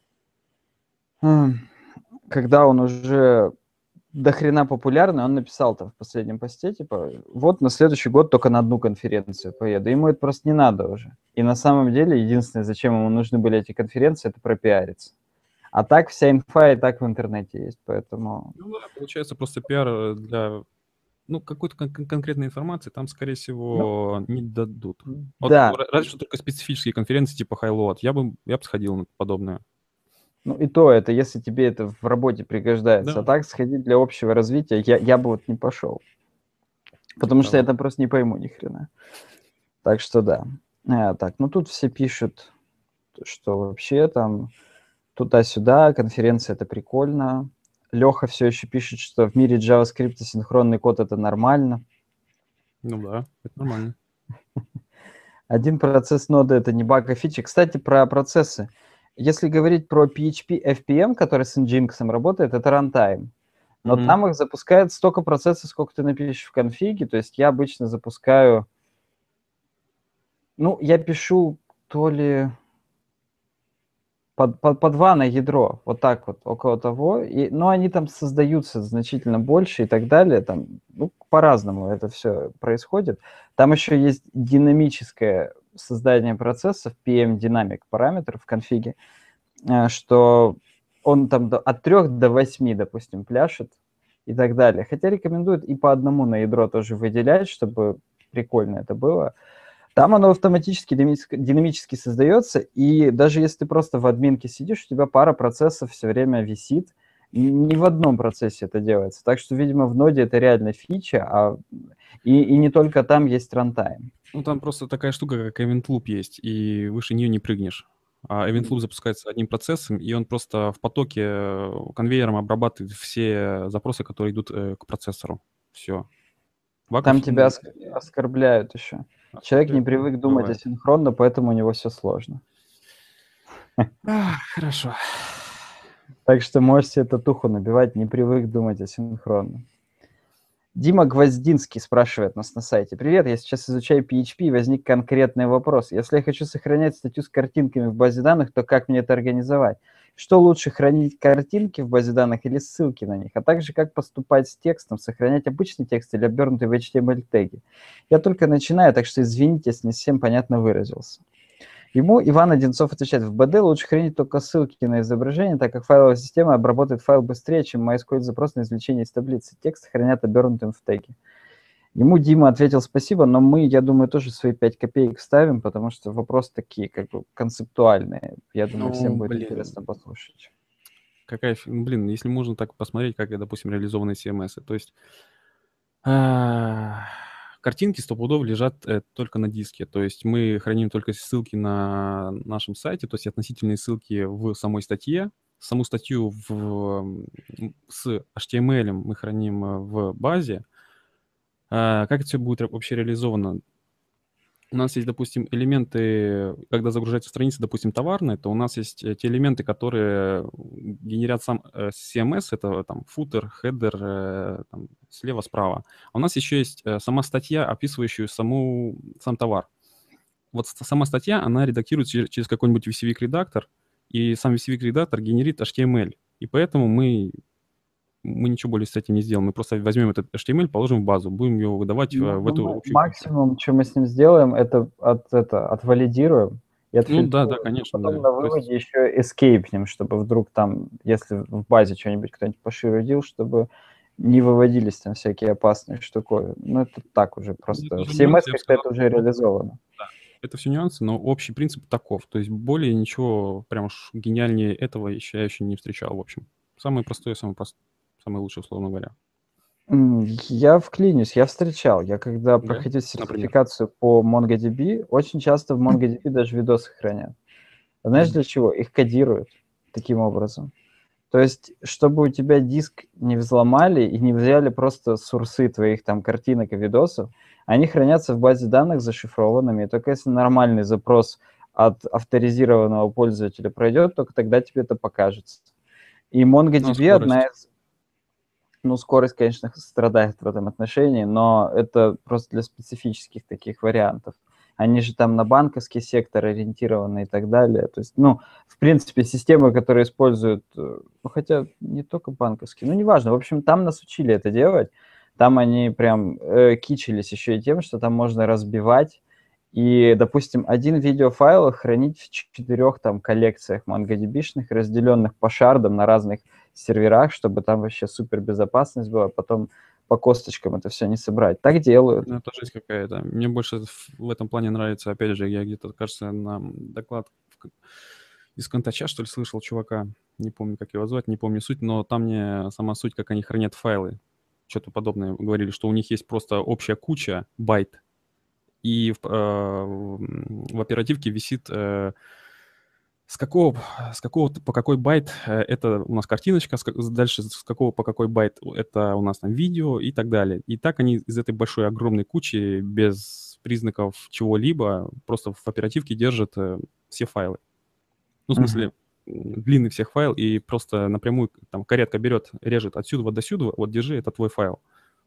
м, когда он уже до хрена популярный, он написал там в последнем посте, типа, вот на следующий год только на одну конференцию поеду. Ему это просто не надо уже. И на самом деле единственное, зачем ему нужны были эти конференции, это пропиариться. А так вся инфа и так в интернете есть, поэтому... Ну да, получается просто пиар, э, для, ну, какой-то кон кон конкретной информации там, скорее Ну, всего, не дадут. Вот да, ра разве что только специфические конференции типа Highload. Я бы я бы сходил на подобное. ну и то это, если тебе это в работе пригождается. А Да, так сходить для общего развития я, я бы вот не пошел. типа Потому что я того. это просто не пойму ни хрена. Так что да. А, так, ну тут все пишут, что вообще там туда-сюда, конференция — это прикольно. Леха все еще пишет, что в мире JavaScript синхронный код — это нормально. Ну да, это нормально. Один процесс ноды — это не баг, а фича. Кстати, про процессы. Если говорить про пи эйч пи эф пи эм, который с Nginx работает, это runtime. Но Мгм. там их запускает столько процессов, сколько ты напишешь в конфиге. То есть я обычно запускаю... Ну, я пишу то ли по, по, по два на ядро, вот так вот, около того. И, но они там создаются значительно больше и так далее. Там, ну, по-разному это все происходит. Там еще есть динамическое создание процессов, пи эм Dynamic параметров в конфиге, э, что он там до, от трех до восьми, допустим, пляшет и так далее. Хотя рекомендуют и по одному на ядро тоже выделять, чтобы прикольно это было. Там оно автоматически динамически, динамически создается, и даже если ты просто в админке сидишь, у тебя пара процессов все время висит. Ни в одном процессе это делается. Так что, видимо, в ноде это реально фича, а и, и не только там есть рантайм. Ну, там просто такая штука, как event loop есть, и выше нее не прыгнешь. А event loop запускается одним процессом, и он просто в потоке э, конвейером обрабатывает все запросы, которые идут э, к процессору. Все. Багов, Там тебя ну, оск- оскорбляют еще. Человек не оскорбляет, ну, привык думать бывает. асинхронно, поэтому у него все сложно. А, хорошо. Так что можете татуху набивать, не привык думать асинхронно. Дима Гвоздинский спрашивает нас на сайте. Привет, я сейчас изучаю пи эйч пи, и возник конкретный вопрос. Если я хочу сохранять статью с картинками в базе данных, то как мне это организовать? Что лучше, хранить картинки в базе данных или ссылки на них? А также, как поступать с текстом, сохранять обычный текст или обернутый в эйч ти эм эль теги? Я только начинаю, так что извините, если не совсем понятно выразился. Ему Иван Одинцов отвечает: в би ди лучше хранить только ссылки на изображение, так как файловая система обработает файл быстрее, чем MySQL запрос на извлечение из таблицы. Текст хранят обернутым в теги. Ему Дима ответил спасибо, но мы, я думаю, тоже свои пять копеек ставим, потому что вопросы такие, как бы, концептуальные. Я думаю, всем Ну, будет блин, интересно послушать. какая, фи- ну, блин, если можно так посмотреть, как, допустим, реализованы си эм эс. То есть а, картинки сто пудов лежат э, только на диске. То есть мы храним только ссылки на нашем сайте, то есть относительные ссылки в самой статье. Саму статью в, м, с эйч ти эм эль мы храним э, в базе. А, как это все будет ре- вообще реализовано? У нас есть, допустим, элементы, когда загружается страница, допустим, товарная, то у нас есть э, те элементы, которые генерят сам э, си эм эс, это там футер, хедер, э, там, слева-справа. А у нас еще есть э, сама статья, описывающая саму, сам товар. Вот с- сама статья, она редактируется через, через какой-нибудь ви си ви-редактор, и сам ви си ви-редактор генерит эйч ти эм эль. И поэтому мы, мы ничего более с этим не сделаем. Мы просто возьмем этот эйч ти эм эль, положим в базу, будем его выдавать в, Ну, в ну, эту мы общую кучу. максимум, что мы с ним сделаем, это, от, это отвалидируем и Ну да, да, отфильтруем, а конечно, потом да. на То есть выводе еще эскейпнем, чтобы вдруг там, если в базе что-нибудь кто-нибудь пошерудил, чтобы не выводились там всякие опасные штуковины. Ну, это так уже ну, это просто. В уже нюанс, си эм эс я бы как-то сказал, это уже но реализовано. да, это все нюансы, но общий принцип таков. То есть более ничего прям уж гениальнее этого еще я еще не встречал, в общем. Самое простое, самое прост... самое лучшее, условно говоря. М, Я вклинюсь, я встречал. Я когда Да? проходил Например. сертификацию по MongoDB, очень часто в MongoDB даже видосы хранят. А знаешь Мгм. для чего? Их кодируют таким образом. То есть, чтобы у тебя диск не взломали и не взяли просто сурсы твоих там картинок и видосов, они хранятся в базе данных зашифрованными. И только если нормальный запрос от авторизированного пользователя пройдет, только тогда тебе это покажется. И Ну, а MongoDB одна скорость. из... Ну, скорость, конечно, страдает в этом отношении, но это просто для специфических таких вариантов. Они же там на банковский сектор ориентированы и так далее. То есть, ну, в принципе, системы, которые используют, э, ну, хотя не только банковские, ну, неважно. В общем, там нас учили это делать. Там они прям э, кичились еще и тем, что там можно разбивать и, допустим, один видеофайл хранить в четырех там коллекциях MongoDB-шных, разделенных по шардам на разных серверах, чтобы там вообще супер безопасность была, потом по косточкам это все не собрать. Так делают. Ну, это жесть какая-то. Мне больше в в этом плане нравится, опять же, я где-то, кажется, на доклад в к- из Контача, что ли, слышал чувака. Не помню, как его звать, не помню суть, но там мне сама суть, как они хранят файлы. Что-то подобное говорили, что у них есть просто общая куча байт, и в, э, в в оперативке висит э, с какого, с какого по какой байт э, это у нас картиночка, с ка- с- дальше с какого по какой байт это у нас там видео и так далее. И так они из этой большой огромной кучи без признаков чего-либо просто в оперативке держат э, все файлы. Ну, в Мгм. смысле, м, длинный всех файл, и просто напрямую там каретка берет, режет отсюда вот до сюда, вот держи, это твой файл.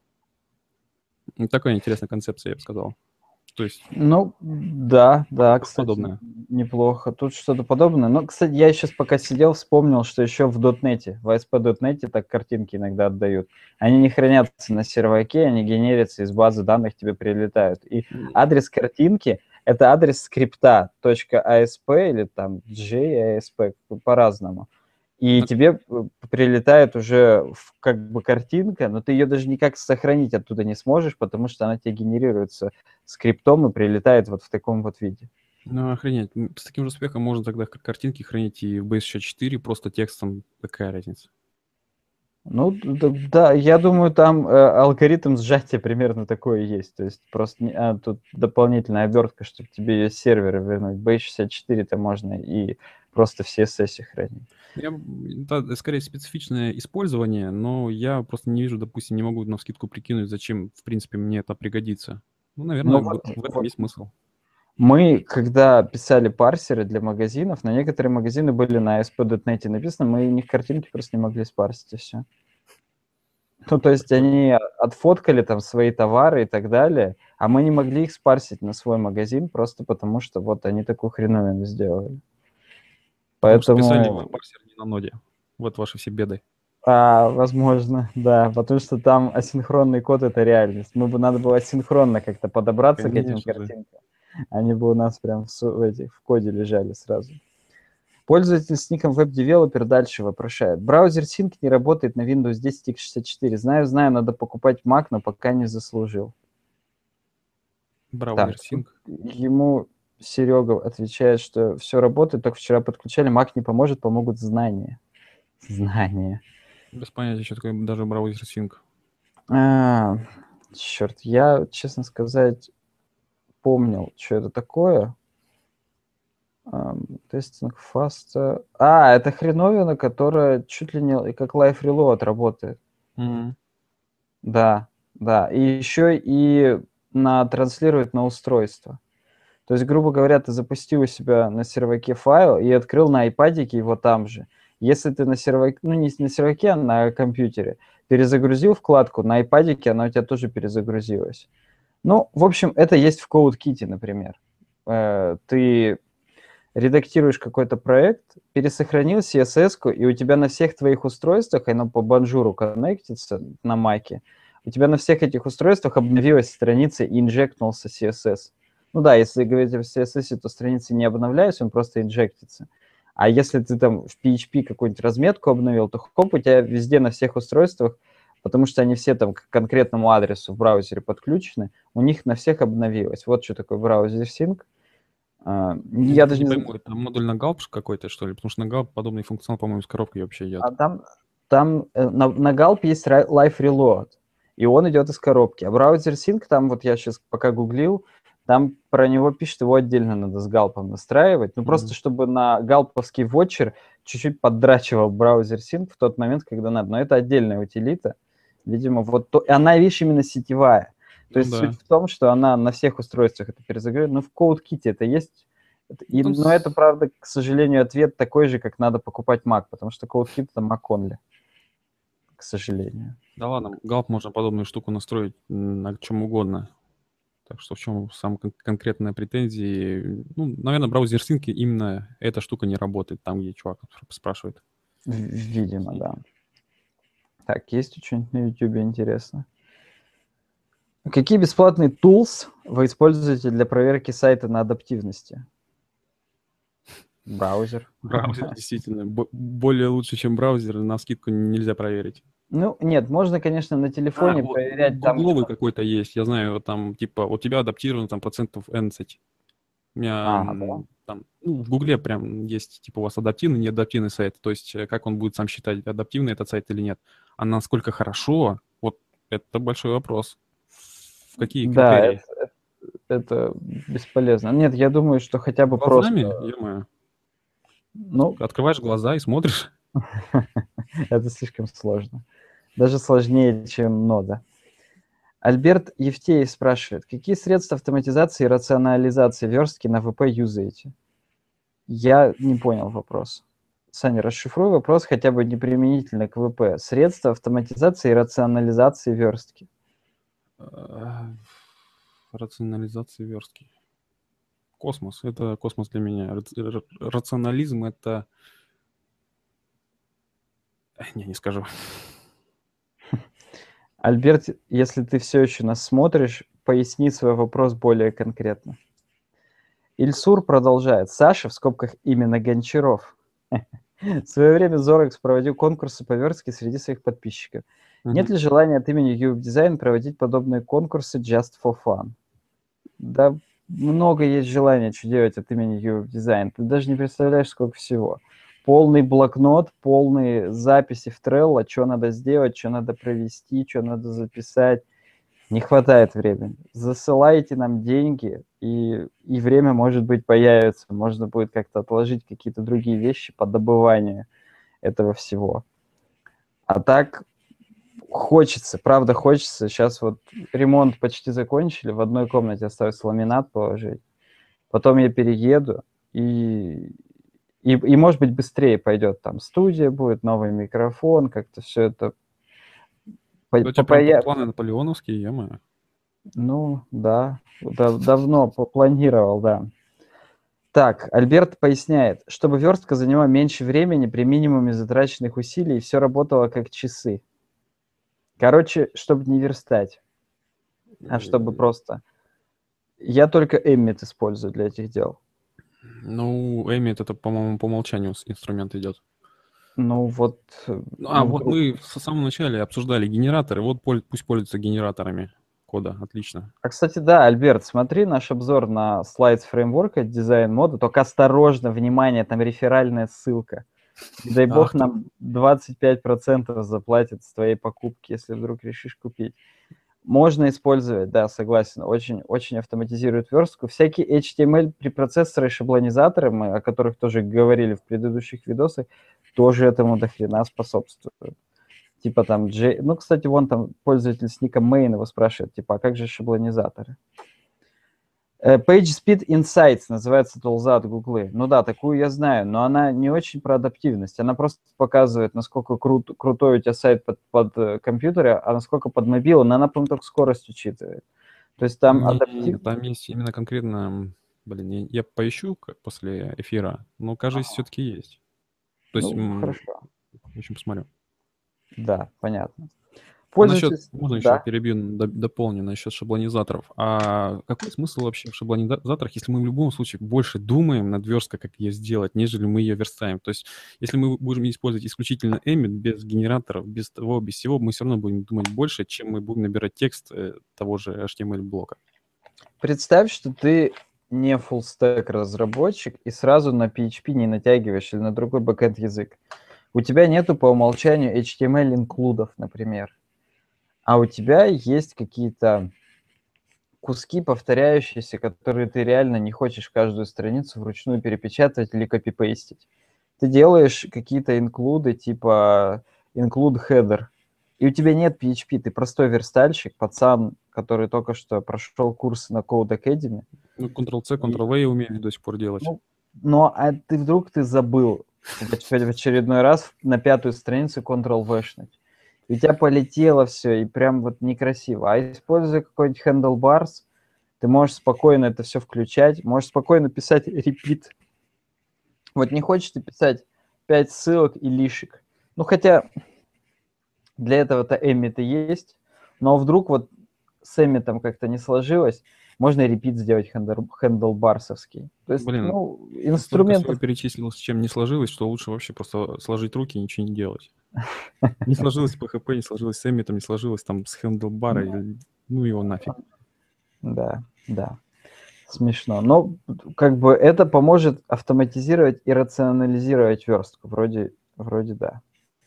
Ну, такая интересная концепция, я бы сказал. То есть Ну, да, да, что-то кстати, подобное. неплохо. Тут что-то подобное. Но, кстати, я сейчас пока сидел, вспомнил, что еще в дотнете, в эй эс пи точка нет так картинки иногда отдают. Они не хранятся на серваке, они генерятся из базы данных, тебе прилетают. И адрес картинки — это адрес скрипта .asp или там .jasp, по-разному. И Ну, тебе э, прилетает уже в, как бы картинка, но ты ее даже никак сохранить оттуда не сможешь, потому что она тебе генерируется скриптом и прилетает вот в таком вот виде. ну, охренеть. М, С таким же успехом можно тогда к- картинки хранить и в бейс шестьдесят четыре просто текстом. Какая разница? Ну, д- да, я думаю, там э, алгоритм сжатия примерно такой и есть. То есть просто не- а, тут дополнительная обертка, чтобы тебе ее с сервера вернуть. бейс шестьдесят четыре-то можно и просто в си эс эс хранить. Я, м, это скорее специфичное использование, но я просто не вижу, допустим, не могу навскидку прикинуть, зачем, в принципе, мне это пригодится. Ну, Ну наверное, в, вот, в этом вот есть смысл. мы, когда писали парсеры для магазинов, на некоторые магазины были на эй эс пи точка нет написано, мы у них картинки просто не могли спарсить, и все. Ну, то есть Прикольно. они отфоткали там свои товары и так далее, а мы не могли их спарсить на свой магазин просто потому, что вот они такую хреновину сделали. Потому что писали вы Поэтому, парсер не на ноде. Вот ваши все беды. а, возможно, да, потому что там асинхронный код — это реальность. Мы бы надо было асинхронно как-то подобраться к этим Конечно же. картинкам. Они бы у нас прям в, су- в этих, в коде лежали сразу. Пользователь с ником WebDeveloper дальше вопрошает. Браузер Sync не работает на Windows десять икс шестьдесят четыре. Знаю, знаю, надо покупать Mac, но пока не заслужил. Браузер Так, тут Sync. ему Серега отвечает, что все работает, только вчера подключали, Mac не поможет, помогут знания. Знания. Без понятия, что такое даже браузер Sync. А, черт, я, честно сказать, помнил, что это такое. Ам, Тестинг фаста. А, это хреновина, которая чуть ли не как Live Reload работает. Мгм. Да, да. И еще и на, транслирует на устройство. То есть, грубо говоря, ты запустил у себя на серваке файл и открыл на айпадике его там же. Если ты на серваке, ну не на серваке, а на компьютере, перезагрузил вкладку, на айпадике она у тебя тоже перезагрузилась. Ну, в общем, это есть в CodeKit, например. Э, Ты редактируешь какой-то проект, пересохранил си эс эс-ку, и у тебя на всех твоих устройствах, оно по банжуру коннектится на маке, у тебя на всех этих устройствах обновилась страница и инжектнулся си эс эс. Ну да, если говорить о си эс эс, то страницы не обновляются, он просто инжектится. А если ты там в пи эйч пи какую-нибудь разметку обновил, то хоп, у тебя везде на всех устройствах, потому что они все там к конкретному адресу в браузере подключены, у них на всех обновилось. Вот что такое браузер Sync. А, Я Я что-то даже не не знаю. пойму, это модуль на галп какой-то, что ли? Потому что на галп подобный функционал, по-моему, с коробкой вообще идет. А там, там э, на, на Gulp есть ра- Live Reload, и он идет из коробки. А браузер Sync, там вот я сейчас пока гуглил, там про него пишет, его отдельно надо с галпом настраивать. Ну, просто Мгм. чтобы на галповский вотчер чуть-чуть поддрачивал браузер Sync в тот момент, когда надо. Но это отдельная утилита. Видимо, вот то... и она, видишь, именно сетевая. То Ну есть да. суть в том, что она на всех устройствах это перезагружает. Ну, в CodeKit это есть. Это- Ну, И, там но это, с- правда, к сожалению, ответ такой же, как надо покупать Mac, потому что CodeKit это Mac only, к сожалению. Да ладно, галп можно подобную штуку настроить м, на чем угодно. Так что в чем самая кон- конкретная претензия? Ну, наверное, браузер Sync именно эта штука не работает там, где чувак спрашивает. В- Видимо, да. Так, есть что-нибудь на YouTube интересно? Какие бесплатные tools вы используете для проверки сайта на адаптивности? Браузер. Браузер действительно бо- более лучше, чем браузер, на скидку нельзя проверить. Ну, нет, можно, конечно, на А, телефоне вот проверять там, где... гугловый какой-то есть, я знаю, вот там типа у тебя адаптировано там процентов двадцать. У меня А, да? м, там ну, в Гугле прям есть типа у вас адаптивный, неадаптивный сайт, то есть э, как он будет сам считать, адаптивный этот сайт или нет. А насколько хорошо, вот это большой вопрос. В какие Да, критерии? это, это бесполезно. Нет, я думаю, что хотя бы просто... Глазами, ё-моё. Ну, Открываешь глаза и смотришь. это слишком сложно. Даже сложнее, чем нода. Альберт Евтеев спрашивает, какие средства автоматизации и рационализации верстки на вэ пэ юзаете? Я не понял вопрос. Саня, расшифруй вопрос хотя бы не применительно к вэ пэ. Средства автоматизации и рационализации верстки. Э, Рационализация верстки. Космос. Это космос для меня. Рац- ра- Рационализм — это... э, Не, не скажу. Альберт, если ты все еще нас смотришь, поясни свой вопрос более конкретно. Ильсур продолжает. Саша, в скобках именно Гончаров. В свое время Зорекс проводил конкурсы по верстке среди своих подписчиков. Мгм. Нет ли желания от имени Юб Design проводить подобные конкурсы just for fun? Да много есть желания, что делать от имени Юб Design. Ты даже не представляешь, сколько всего. Полный блокнот, полные записи в Trello, что надо сделать, что надо провести, что надо записать. Не хватает времени. Засылайте нам деньги, и, и время, может быть, появится. Можно будет как-то отложить какие-то другие вещи по добыванию этого всего. А так хочется, правда хочется. Сейчас вот ремонт почти закончили, в одной комнате осталось ламинат положить. Потом я перееду, и, и, и может быть, быстрее пойдет. Там студия будет, новый микрофон, как-то все это... по- У тебя прям попоя- планы наполеоновские, ё-моё. Ну, да, да, давно планировал, да. Так, Альберт поясняет, чтобы верстка заняла меньше времени при минимуме затраченных усилий и все работало как часы. Короче, чтобы не верстать, а чтобы М, просто... Я только Эммит использую для этих дел. Ну, Эмит это, по-моему, по умолчанию с- инструмент идет. Ну вот, э, Ну, а ну вот вдруг... мы в самом начале обсуждали генераторы. Вот поль- пусть пользуются генераторами. кода. Отлично. А, кстати, да, Альберт, смотри наш обзор на слайд фреймворка дизайн мода, только осторожно, внимание, там реферальная ссылка. Не дай бог Ах ты. нам двадцать пять процентов заплатят с твоей покупки, если вдруг решишь купить. Можно использовать, да, согласен, очень, очень автоматизирует верстку. Всякие эйч ти эм эль-препроцессоры и шаблонизаторы, мы, о которых тоже говорили в предыдущих видосах, тоже этому до хрена способствуют. Типа там, J... ну, кстати, вон там пользователь с ником Main его спрашивает, типа, а как же шаблонизаторы? Uh, PageSpeed Insights называется тулза от Гуглы. Ну да, такую я знаю, но она не очень про адаптивность. Она просто показывает, насколько крут, крутой у тебя сайт под, под uh, компьютере, а насколько под мобилу, но она, по-моему, только скорость учитывает. То есть там Не, адаптив... там есть именно конкретно, блин, я, я поищу как после эфира, но, кажется, все-таки есть. То есть, Ну, м, хорошо. в общем, посмотрю. Да, понятно. А насчет, Пользователь... можно еще Да. перебью, д- дополню насчет шаблонизаторов. А какой смысл вообще в шаблонизаторах, если мы в любом случае больше думаем над версткой, как ее сделать, нежели мы ее верстаем? То есть, если мы будем использовать исключительно Emmet, без генераторов, без того, без всего, мы все равно будем думать больше, чем мы будем набирать текст э, того же эйч ти эм эль-блока. Представь, что ты не full-stack разработчик и сразу на пи эйч пи не натягиваешь или на другой бэкэнд язык. У тебя нету по умолчанию эйч ти эм эль-инклюдов, например. А у тебя есть какие-то куски повторяющиеся, которые ты реально не хочешь каждую страницу вручную перепечатывать или копипейстить. Ты делаешь какие-то инклюды, типа include header, и у тебя нет пи эйч пи, ты простой верстальщик, пацан, который только что прошел курс на Code Academy. Ну, Ctrl-C, И, Ctrl-V я умею до сих пор делать. ну, но а ты вдруг ты забыл в в очередной раз на пятую страницу Ctrl-V-шнуть. И у тебя полетело все, и прям вот некрасиво. А используя какой-нибудь handlebars, ты можешь спокойно это все включать, можешь спокойно писать repeat. Вот не хочешь ты писать пять ссылок и лишек. Ну, хотя для этого-то Emmet и есть, но вдруг вот с Emmet как-то не сложилось, можно repeat сделать handlebars-овский. То есть, Блин, ну, ты столько всего инструментов... перечислил, с чем не сложилось, что лучше вообще просто сложить руки и ничего не делать. Не сложилось с пи эйч пи, не сложилось с Emmet, не сложилось там с Handlebar, ну его нафиг. Да, да. Смешно. Но как бы это поможет автоматизировать и рационализировать верстку. Вроде, вроде да.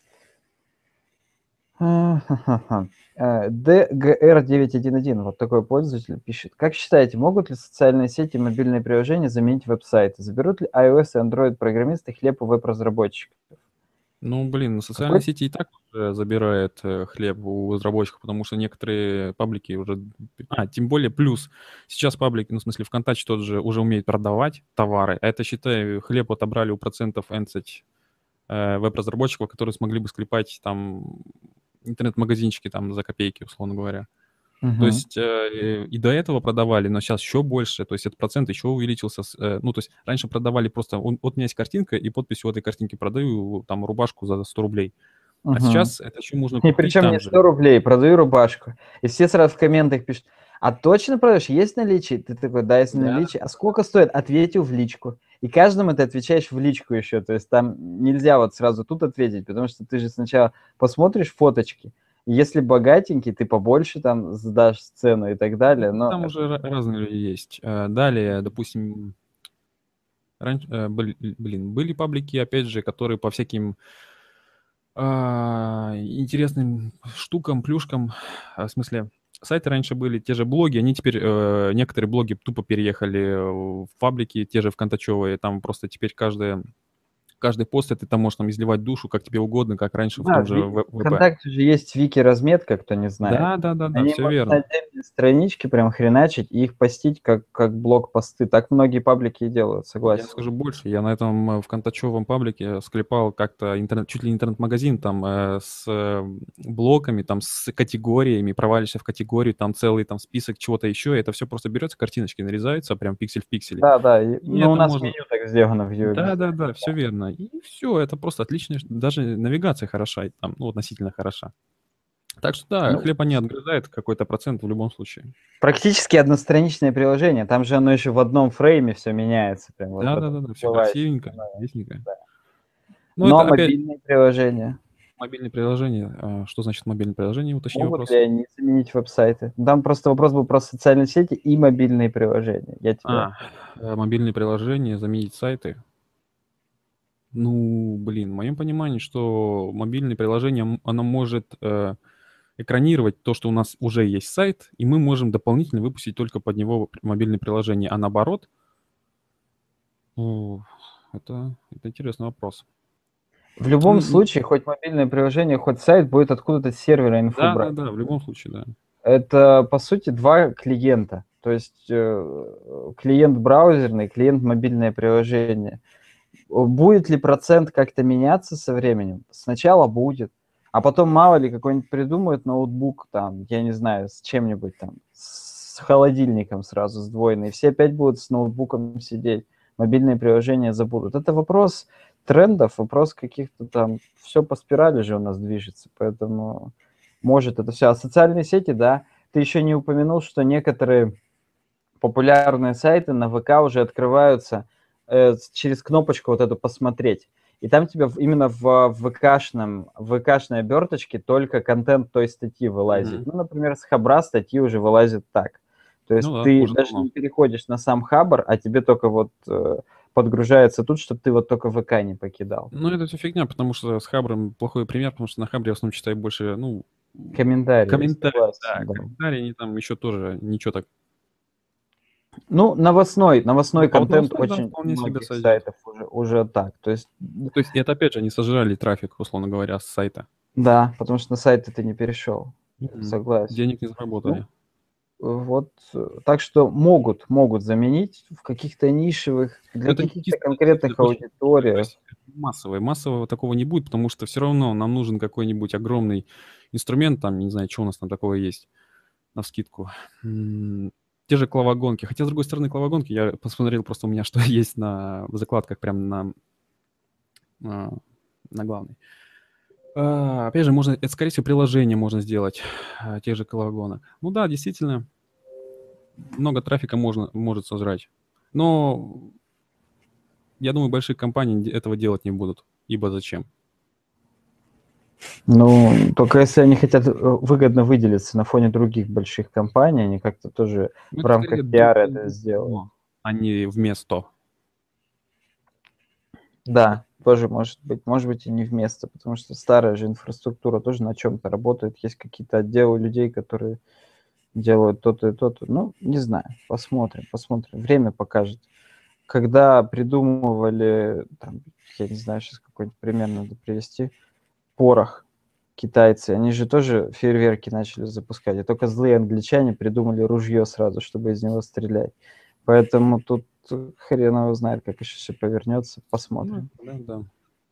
ди джи эр девятьсот одиннадцать, вот такой пользователь пишет. Как считаете, могут ли социальные сети и мобильные приложения заменить веб-сайты? Заберут ли iOS и Android-программисты хлеб у веб-разработчиков? Ну, блин, социальные Какой? сети и так уже забирают э, хлеб у разработчиков, потому что некоторые паблики уже... А, тем более плюс. Сейчас паблики, ну, в смысле, ВКонтакте тот же уже умеет продавать товары. А это, считай, хлеб отобрали у процентов тридцать э, веб-разработчиков, которые смогли бы склепать там интернет-магазинчики там за копейки, условно говоря. Угу. То есть э, и до этого продавали, но сейчас еще больше, то есть этот процент еще увеличился. С, э, ну, то есть раньше продавали просто, вот у меня есть картинка, и подпись у этой картинки продаю там рубашку за сто рублей. Угу. А сейчас это еще можно И купить причем там не же. сто рублей, продаю рубашку. И все сразу в комментах пишут, а точно продаешь? Есть наличие? Ты такой, да, есть Да. наличие. А сколько стоит? Ответил в личку. И каждому ты отвечаешь в личку еще. То есть там нельзя вот сразу тут ответить, потому что ты же сначала посмотришь фоточки. И если богатенький, ты побольше там сдашь цену и так далее. Но Там уже ра- разные люди есть. Э, Далее, допустим, раньше, э, были- блин, были паблики, опять же, которые по всяким а, интересным штукам, плюшкам, а, в смысле, сайты раньше были, те же блоги, они теперь, э, некоторые блоги тупо переехали в паблики, те же вконтачевые, там просто теперь каждая, каждый пост, ты там можешь там изливать душу, как тебе угодно, как раньше в да, том в же Ви- вэ- ВБ. ВКонтакте же есть вики-разметка, кто не знает. Да, да, да, да, Они все могут на верно. отдельные странички прям хреначить и их постить как, как блог-посты. Так многие паблики и делают, Я согласен. скажу больше, я на этом э, вконтачевом паблике склепал как-то интернет, чуть ли не интернет-магазин там э, с э, блоками, там с категориями, провалишься в категорию, там целый там список чего-то еще, и это все просто берется, картиночки нарезаются, прям пиксель в пикселе. Да, да. И, И ну, у это нас можно... меню так сделано в Vue. Да, да, да, все верно. И все, это просто отлично, даже навигация хороша, и там, ну, относительно хороша. Так что да, Ну, хлеб они отгрызают какой-то процент в любом случае. практически одностраничное приложение. Там же оно еще в одном фрейме все меняется. Прям вот Да, в да, этом да, да, все всплывающем красивенько, становится, ясненько. да. Ну, Но это опять... мобильные приложения. Мобильные приложения. А что значит мобильные приложения? Уточни Могут вопрос. ли они заменить веб-сайты? Там просто вопрос был про социальные сети и мобильные приложения. Я тебе... А, э, мобильные приложения, заменить сайты. Ну, блин, в моем понимании, что мобильное приложение, м, оно может э, экранировать то, что у нас уже есть сайт, и мы можем дополнительно выпустить только под него п- мобильное приложение. А наоборот, о, это, это интересный вопрос. В любом М, м, случае, хоть мобильное приложение, хоть сайт будет откуда-то с сервера инфу Да, да, брать. да, в любом случае, да. Это, по сути, два клиента. То есть э, клиент браузерный, клиент мобильное приложение. Будет ли процент как-то меняться со временем? Сначала будет, а потом мало ли какой-нибудь придумают ноутбук, там, я не знаю, с чем-нибудь там, с холодильником сразу сдвоенный, все опять будут с ноутбуком сидеть, мобильные приложения забудут. Это вопрос трендов, вопрос каких-то там, все по спирали же у нас движется, поэтому может это все. А социальные сети, да, ты еще не упомянул, что некоторые популярные сайты на ВК уже открываются э, через кнопочку вот эту «Посмотреть». И там тебе в- именно в ВКшном, в ВКшной оберточке только контент той статьи вылазит. Мгм. Ну, например, с Хабра статьи уже вылазят так. То есть Ну да, ты уже даже давно. не переходишь на сам Хабр, а тебе только вот э, подгружается тут, чтобы ты вот только ВК не покидал. Ну, это все фигня, потому что с Хабром плохой пример, потому что на Хабре в основном читаю больше, ну, м, Комментарии, комментарии, согласен, да, да. комментарии, они там еще тоже ничего так. Ну, новостной, новостной Ну, а вот контент новостной, да, очень вполне себе многих сойдет. сайтов уже, уже так. То есть То есть это, опять же, они сожрали трафик, условно говоря, с сайта. да, потому что на сайт ты не перешел. Мгм. Согласен. Денег не Ну, заработали. вот, э, так что могут, могут заменить в каких-то нишевых, Но для это каких-то чисто, действительно конкретных очень нишевое, то аудиториях. есть это массовое. Массового такого не будет, потому что все равно нам нужен какой-нибудь огромный инструмент, там, не знаю, что у нас там такое есть, навскидку. М, Те же клавагонки. Хотя, с другой стороны, клавагонки, я посмотрел просто у меня, что есть на в закладках, прям на, а, на главной. А, Опять же, можно, это, скорее всего, приложение можно сделать, а, тех же клавагона. Ну да, действительно, много трафика можно, может сожрать. Но я думаю, большие компании этого делать не будут. Ибо зачем? Ну, только если они хотят э, выгодно выделиться на фоне других больших компаний, они как-то тоже Ну, в это скорее рамках до, пиара это сделают. до, а не вместо. Да, тоже может быть, может быть и не вместо, потому что старая же инфраструктура тоже на чем-то работает. Есть какие-то отделы людей, которые делают то-то и то-то. Ну, не знаю, посмотрим, посмотрим. Время покажет. Когда придумывали, там, я не знаю, сейчас какой-нибудь пример надо привести, порох китайцы, они же тоже фейерверки начали запускать, а только злые англичане придумали ружье сразу, чтобы из него стрелять. Поэтому тут э, хрен его знает, как еще все повернется, Ну, посмотрим. да, да.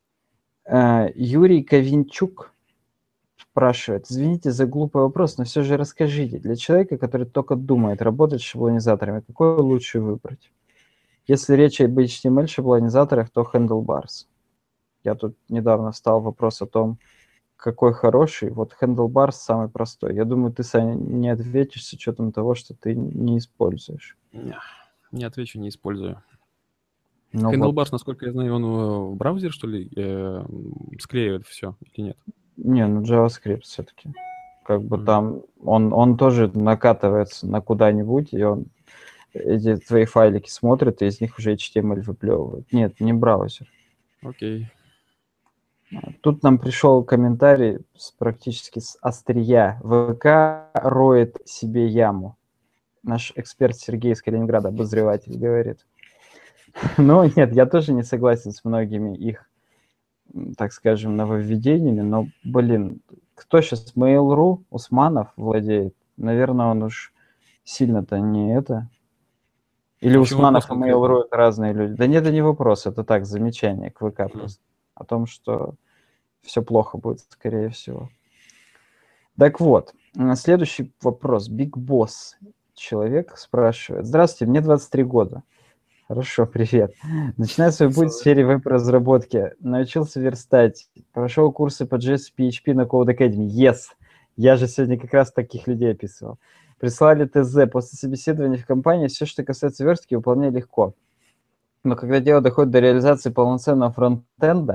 Э, Юрий Ковинчук спрашивает, извините за глупый вопрос, но все же расскажите, для человека, который только думает работать с шаблонизаторами, какой лучше выбрать? Если речь об эйч ти эм эль-шаблонизаторах, то Handlebars. Я тут недавно встал вопрос о том, какой хороший. Вот Handlebars самый простой. Я думаю, ты, Саня, не ответишь с учетом того, что ты не используешь. Не, не отвечу, не использую. Ну Handlebars, вот, насколько я знаю, он э, в браузер, что ли, э, м, склеивает все или нет? не, ну JavaScript все-таки. Как бы М. там он, он тоже накатывается на куда-нибудь, и он эти твои файлики смотрит, и из них уже эйч ти эм эль выплевывает. Нет, не браузер. Окей. Тут нам пришел комментарий с, практически с острия. ВК роет себе яму. Наш эксперт Сергей из Калининграда, обозреватель, говорит. Ну, нет, я тоже не согласен с многими их, м, так скажем, нововведениями, но, блин, кто сейчас Mail.ru, Усманов владеет? Наверное, он уж сильно-то не это. Или А в чем вопрос Усманов и конкретно? Mail.ru это разные люди. Да нет, это не вопрос, это так, замечание к ВК М. просто. О том, что все плохо будет, скорее всего. Так вот, м, следующий вопрос. Big Boss. Человек спрашивает. Здравствуйте, мне двадцать три года. Хорошо, привет. Начинаю свой путь в сфере веб-разработки. Научился верстать. Прошел курсы по джей эс и пи эйч пи на Code Academy. Yes! Я же сегодня как раз таких людей описывал. Прислали ТЗ. После собеседования в компании все, что касается верстки, выполняю легко. Но когда дело доходит до реализации полноценного фронтенда,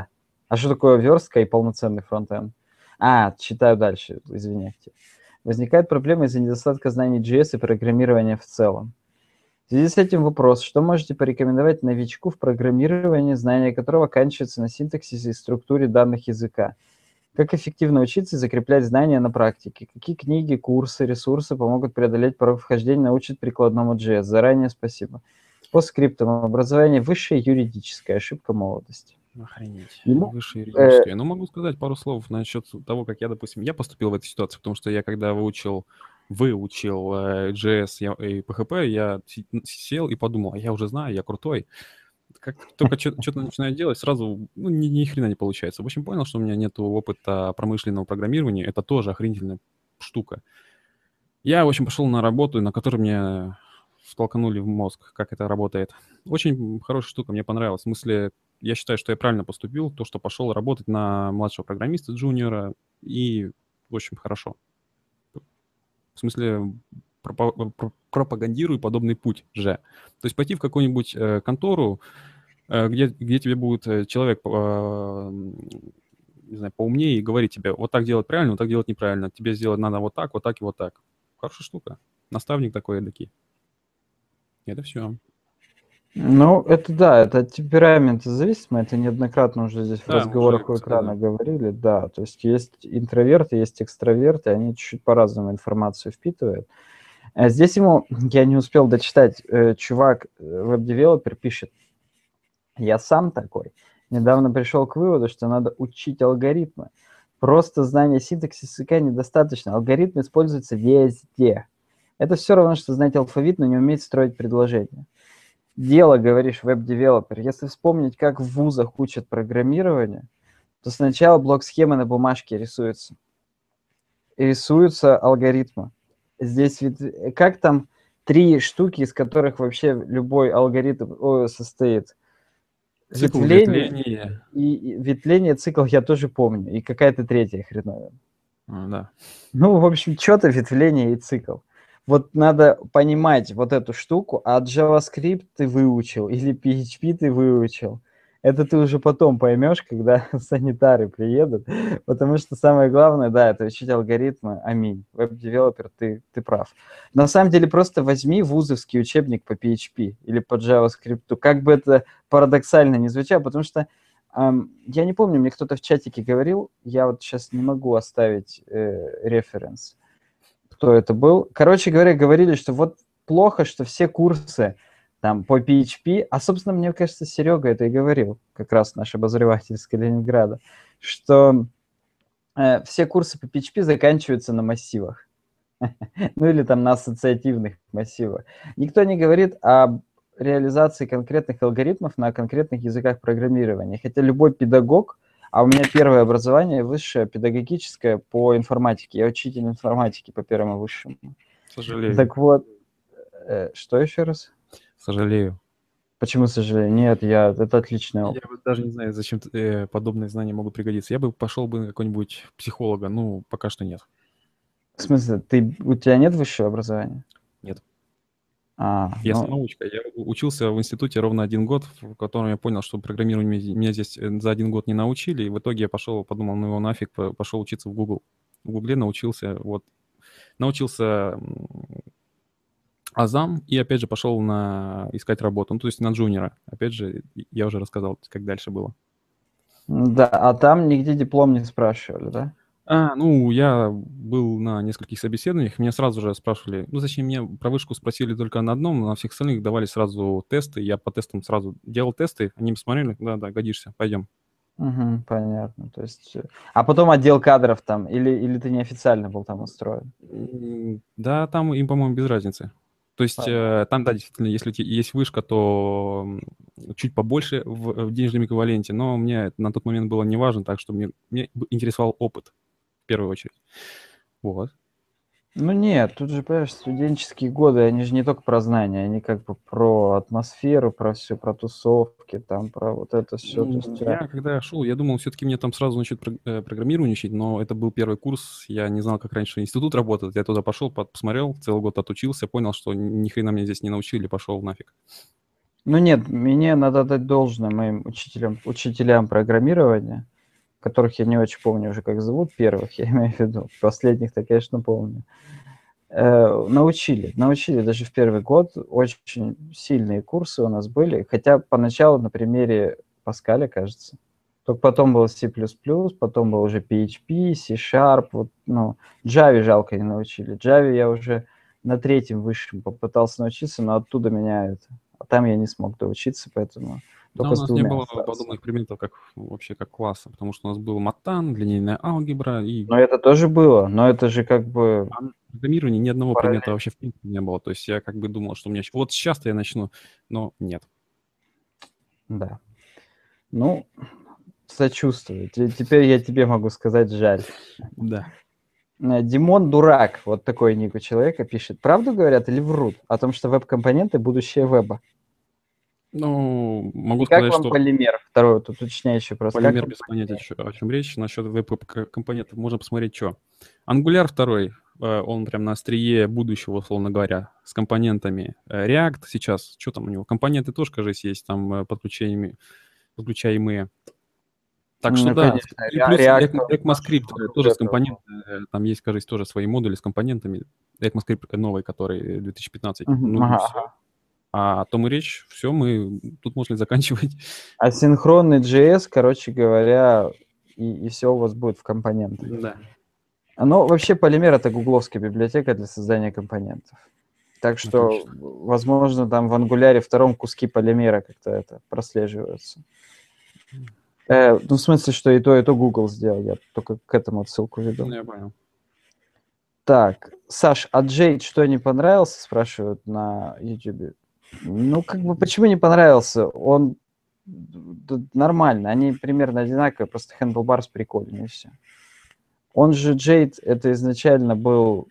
А что такое верстка и полноценный фронтенд? А, читаю дальше, извините. Возникает проблема из-за недостатка знаний джей эс и программирования в целом. В связи с этим вопрос, что можете порекомендовать новичку в программировании, знания которого оканчиваются на синтаксисе и структуре данных языка? Как эффективно учиться и закреплять знания на практике? Какие книги, курсы, ресурсы помогут преодолеть порог вхождения, научат прикладному джей эс? Заранее спасибо. По скриптам. Образование высшее юридическое. Ошибка молодости. Охренеть. Ему, Высшее э, юридическое. Ну, могу сказать пару слов насчет того, как я, допустим, я поступил в эту ситуацию, потому что я, когда выучил, выучил э, джей эс я- и пи эйч пи, я си- сел и подумал, а я уже знаю, я крутой. Как только что-то начинаю делать, сразу ну, ни, ни хрена не получается. В общем, понял, что у меня нет опыта промышленного программирования. Это тоже охренительная штука. Я, в общем, пошел на работу, на которой мне втолкнули в мозг, как это работает. Очень хорошая штука, мне понравилась. В смысле, я считаю, что я правильно поступил, то, что пошел работать на младшего программиста, джуниора, и, в общем, хорошо. В смысле, пропа- про- пропагандирую подобный путь же. То есть пойти в какую-нибудь э, контору, э, где, где тебе будет э, человек, э, м, не знаю, поумнее и говорить тебе, вот так делать правильно, вот так делать неправильно. Тебе сделать надо вот так, вот так и вот так. Хорошая штука. Наставник такой эдакий. Это все. ну, это да, это от темперамента зависимо. Это неоднократно уже здесь в Да, мы уже разговорах у обсуждали. экрана говорили. Да, то есть есть интроверты, есть экстраверты, они чуть-чуть по-разному информацию впитывают. А здесь ему, я не успел дочитать, э, чувак, э, веб-девелопер пишет, я сам такой. Недавно пришел к выводу, что надо учить алгоритмы. Просто знания синтаксиса языка недостаточно. Алгоритм используется везде. Это все равно, что знать алфавит, но не уметь строить предложения. Дело, говоришь, веб-девелопер. Если вспомнить, как в вузах учат программирование, то сначала блок-схемы на бумажке рисуются. И рисуются алгоритмы. Здесь ведь э, как там три штуки, из которых вообще любой алгоритм о, состоит? Цикл Ветвление ветвления. и, и ветвление, цикл я тоже помню. И какая-то третья хреновая. А, да. Ну, в общем, что-то ветвление и цикл. Вот надо понимать вот эту штуку, а JavaScript ты выучил или пи эйч пи ты выучил. Это ты уже потом поймешь, когда санитары приедут, потому что самое главное, да, это учить алгоритмы. Аминь. Веб-девелопер, ты, ты прав. На самом деле просто возьми вузовский учебник по пи эйч пи или по JavaScript. Как бы это парадоксально не звучало, потому что Um, я не помню, мне кто-то в чатике говорил, я вот сейчас не могу оставить э, референс, кто это был. Короче говоря, говорили, что вот плохо, что все курсы там по пи эйч пи, а, собственно, мне кажется, Серега это и говорил, как раз наш обозреватель из Калининграда, что э, все курсы по пи эйч пи заканчиваются на массивах. Ну или там на ассоциативных массивах. Никто не говорит об реализации конкретных алгоритмов на конкретных языках программирования. Хотя любой педагог, а у меня первое образование высшее педагогическое по информатике. Я учитель информатики по первому высшему. Сожалею. Так вот, э, что еще раз? Сожалею. Почему сожалею? Нет, я, это отличный Я опыт. вот даже не знаю, зачем э, подобные знания могут пригодиться. Я бы пошел бы на какого-нибудь психолога. Ну, пока что нет. В смысле, ты, у тебя нет высшего образования? Нет. А, Я ну, самоучка. Я у- учился в институте ровно один год, в котором я понял, что программированию меня меня здесь э, за один год не научили. И в итоге я пошел, подумал, ну его нафиг, по- пошел учиться в Google. В Гугле научился, вот, научился м, азам и опять же пошел на искать работу, ну, то есть на джуниора. Опять же, и- я уже рассказал, как дальше было. да, а там нигде диплом не спрашивали, да? А, ну, я был на нескольких собеседованиях, меня сразу же спрашивали, ну, зачем мне про вышку спросили только на одном, на всех остальных давали сразу тесты, я по тестам сразу делал тесты, они посмотрели, да-да, годишься, пойдем. Угу, понятно. То есть, э, а потом отдел кадров там, или, или ты неофициально был там устроен? М, Да, там им, по-моему, без разницы. То есть Понятно. э, там, да, действительно, если у тебя есть вышка, то м, чуть побольше в, в денежном эквиваленте, но мне на тот момент было не важно, так что мне, мне интересовал опыт в первую очередь. Вот. Ну нет, тут же, понимаешь, студенческие годы, они же не только про знания, они как бы про атмосферу, про все, про тусовки, там, про вот это все. То Ну, есть, а, я когда шел, я думал, все-таки мне там сразу начнут про- э, программирование учить, но это был первый курс, я не знал, как раньше институт работает. Я туда пошел, по- посмотрел, целый год отучился, понял, что ни хрена меня здесь не научили, пошел нафиг. ну нет, мне надо дать должное моим учителям, учителям программирования. которых я не очень помню уже, как зовут, первых, я имею в виду, последних-то, конечно, помню, э, научили, научили даже в первый год, очень сильные курсы у нас были, хотя поначалу на примере Паскаля, кажется, только потом был C++, потом был уже пи эйч пи, C-Sharp, вот, ну, Java жалко не научили, Java я уже на третьем высшем попытался научиться, но оттуда меня это, а там я не смог доучиться, поэтому Но только у с нас не двумя было остался. подобных предметов, как вообще как класса, потому что у нас был матан, линейная алгебра и Но это тоже было, но это же как бы а программирования ни одного параллельно. предмета вообще в принципе не было. То есть я как бы думал, что у меня щ- вот сейчас-то я начну, но нет. Да. Ну, сочувствую. Те- Теперь я тебе могу сказать жаль. Да. Э, Димон Дурак, вот такой ник у человека, пишет. Правду говорят или врут о том, что веб-компоненты – будущее веба? Ну, могу И как сказать, вам что полимер? Второй вот уточняющий вопрос. Как полимер вам без понятия, полимер? чё- о чем речь. Насчет веб-компонентов можно посмотреть, что. Angular второй, э, он прям на острие будущего, условно говоря, с компонентами. Э, React сейчас, что там у него? Компоненты тоже, кажется, есть там э, подключаемые, подключаемые. Так М, что Ну, да, конечно, и Ре- плюс React Ec- он тоже ECMAScript э, вокруг тоже с этого был. компонентами, э, там есть, кажется, тоже свои модули с компонентами. ECMAScript новый, который две тысячи пятнадцать. Мгм, Ну и ага, все. ага. А о том и речь, все, мы тут можно и заканчивать. Асинхронный джей эс, короче говоря, и, и все у вас будет в компонентах. Да, Но вообще полимер – это гугловская библиотека для создания компонентов. Так что, отлично. возможно, там в ангуляре втором куски полимера как-то это прослеживаются. Э, ну, в смысле, что и то, и то Google сделал. Я только к этому отсылку Ну, веду. я понял. Так, Саш, а Джейд что, не понравился? Спрашивают на YouTube. Ну, как бы, почему не понравился? Он д- нормально. Они примерно одинаковые, просто Handlebars прикольнее, и все. Он же Джейд, это изначально был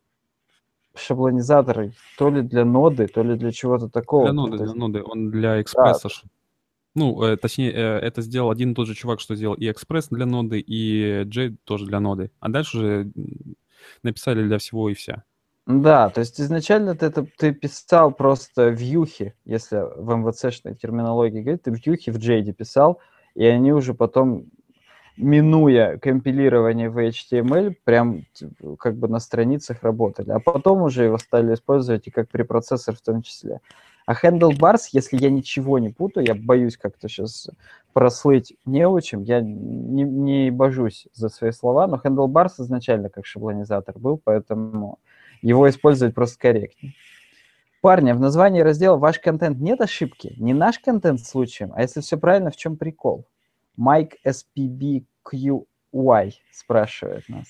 шаблонизатор то ли для ноды, то ли для чего-то Для такого. ноды, То для есть, ноды. Он для да, экспресса. ш- Ну, э, точнее, э, это сделал один и тот же чувак, что сделал и экспресс для ноды, и Джей тоже для ноды. А дальше уже м, написали для всего и вся. да, то есть изначально ты, это, ты писал просто вьюхи, если в эм вэ цэ-шной терминологии говорить, ты вьюхи в Джейде писал, и они уже потом, минуя компилирование в эйч ти эм эль, прям типа, как бы на страницах работали. А потом уже его стали использовать и как препроцессор в том числе. А Handlebars, если я ничего не путаю, я боюсь как-то сейчас прослыть неучим, я не, не божусь за свои слова, но Handlebars изначально как шаблонизатор был, поэтому его использовать просто корректнее. Парни, в названии раздела «Ваш контент» нет ошибки? Не наш контент случаем, а если все правильно, в чем прикол? Майк эс пи би кью уай спрашивает нас.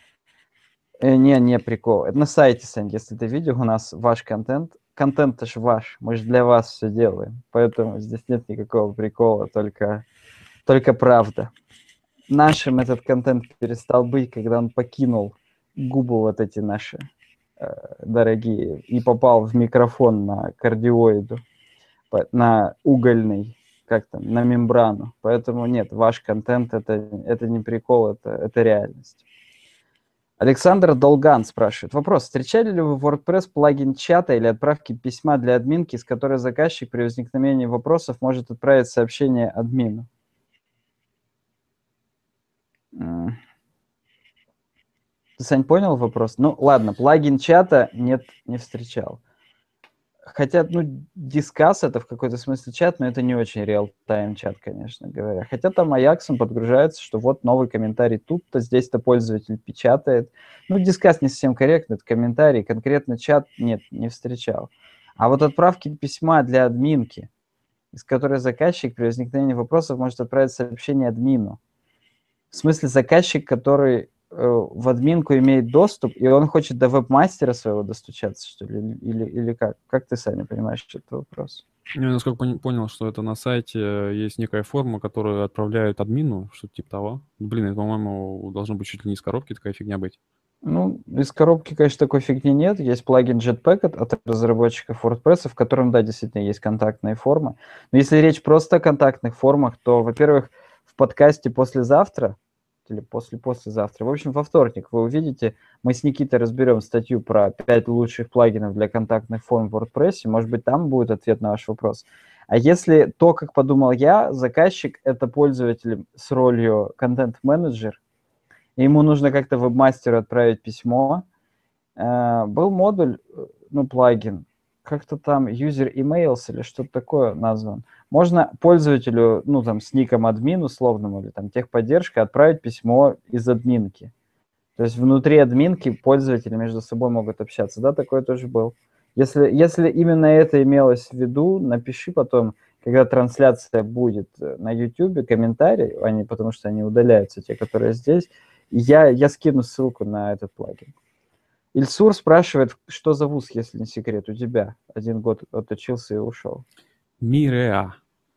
Э, не, не прикол. Это на сайте, Сань, если ты видел, у нас ваш контент. Контент-то ж ваш, мы же для вас все делаем. Поэтому здесь нет никакого прикола, только, только правда. Нашим этот контент перестал быть, когда он покинул губы вот эти наши э, дорогие и попал в микрофон на кардиоиду, по- на угольный, как там, на мембрану. Поэтому нет, ваш контент это, это не прикол, это, это реальность. Александр Долган спрашивает. Вопрос. Встречали ли вы в WordPress плагин чата или отправки письма для админки, с которой заказчик при возникновении вопросов может отправить сообщение админу? М. Ты, Сань, понял вопрос? Ну, ладно, плагин чата нет, не встречал. Хотя, ну, Discuss это в какой-то смысле чат, но это не очень реал-тайм чат, конечно говоря. Хотя там Аяксом подгружается, что вот новый комментарий тут-то, здесь-то пользователь печатает. Ну, Discuss не совсем корректно, это комментарий, конкретно чат нет, не встречал. А вот отправки письма для админки, из которой заказчик при возникновении вопросов может отправить сообщение админу. В смысле, заказчик, который э, в админку имеет доступ, и он хочет до веб-мастера своего достучаться, что ли? Или, или как? Как ты, Саня, понимаешь этот вопрос? Я насколько пони- понял, что это на сайте есть некая форма, которую отправляют админу, что-то типа того. Блин, это, по-моему, должно быть чуть ли не из коробки такая фигня быть. Ну, из коробки, конечно, такой фигни нет. Есть плагин Jetpack от, от разработчиков WordPress, в котором, да, действительно есть контактные формы. Но если речь просто о контактных формах, то, во-первых, в подкасте послезавтра или после-послезавтра, в общем, во вторник вы увидите, мы с Никитой разберем статью про пять лучших плагинов для контактных форм в WordPress. Может быть, там будет ответ на ваш вопрос. А если то, как подумал я, заказчик — это пользователь с ролью контент-менеджер, и ему нужно как-то веб-мастеру отправить письмо, э, был модуль, ну, плагин, как-то там user emails или что-то такое назван. Можно пользователю, ну, там, с ником админ условным или там техподдержка отправить письмо из админки. То есть внутри админки пользователи между собой могут общаться. Да, такое тоже было. Если, если именно это имелось в виду, напиши потом, когда трансляция будет на YouTube, комментарий, они, потому что они удаляются, те, которые здесь, и я, я скину ссылку на этот плагин. Ильсур спрашивает, что за вуз, если не секрет, у тебя? Один год отучился и ушел. МИРЭА.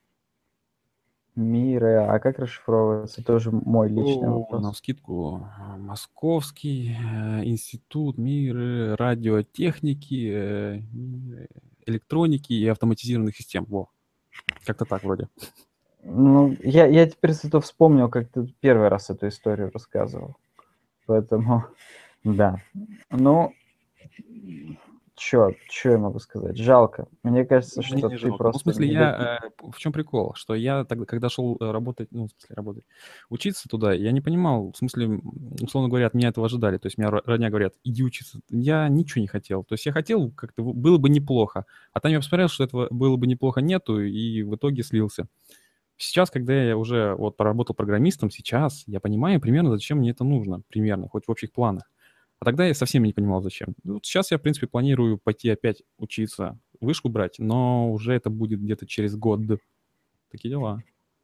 Мире, а как расшифровывается? Тоже мой личный О, вопрос. навскидку. Московский э, институт мира радиотехники, э, мира электроники и автоматизированных систем. Во. Как-то так вроде. Ну, я, я теперь зато вспомнил, как ты первый раз эту историю рассказывал. Поэтому, да. Ну, чё, чё я могу сказать? Жалко. Мне кажется, Мне что не ты жалко. Ну, в просто смысле, не... до- я... э, в чем прикол? Что я тогда, когда шел э, работать, ну, в смысле, работать, учиться туда, я не понимал, в смысле, м, условно говоря, от меня этого ожидали. То есть меня ро- родня говорят, иди учиться. Я ничего не хотел. То есть я хотел, как-то в- было бы неплохо. А там я посмотрел, что этого было бы неплохо нету, и в итоге слился. Сейчас, когда я уже вот поработал программистом, сейчас я понимаю примерно, зачем мне это нужно, примерно, хоть в общих планах. А тогда я совсем не понимал, зачем. Ну, вот сейчас я, в принципе, планирую пойти опять учиться, вышку брать, но уже это будет где-то через год. Такие дела.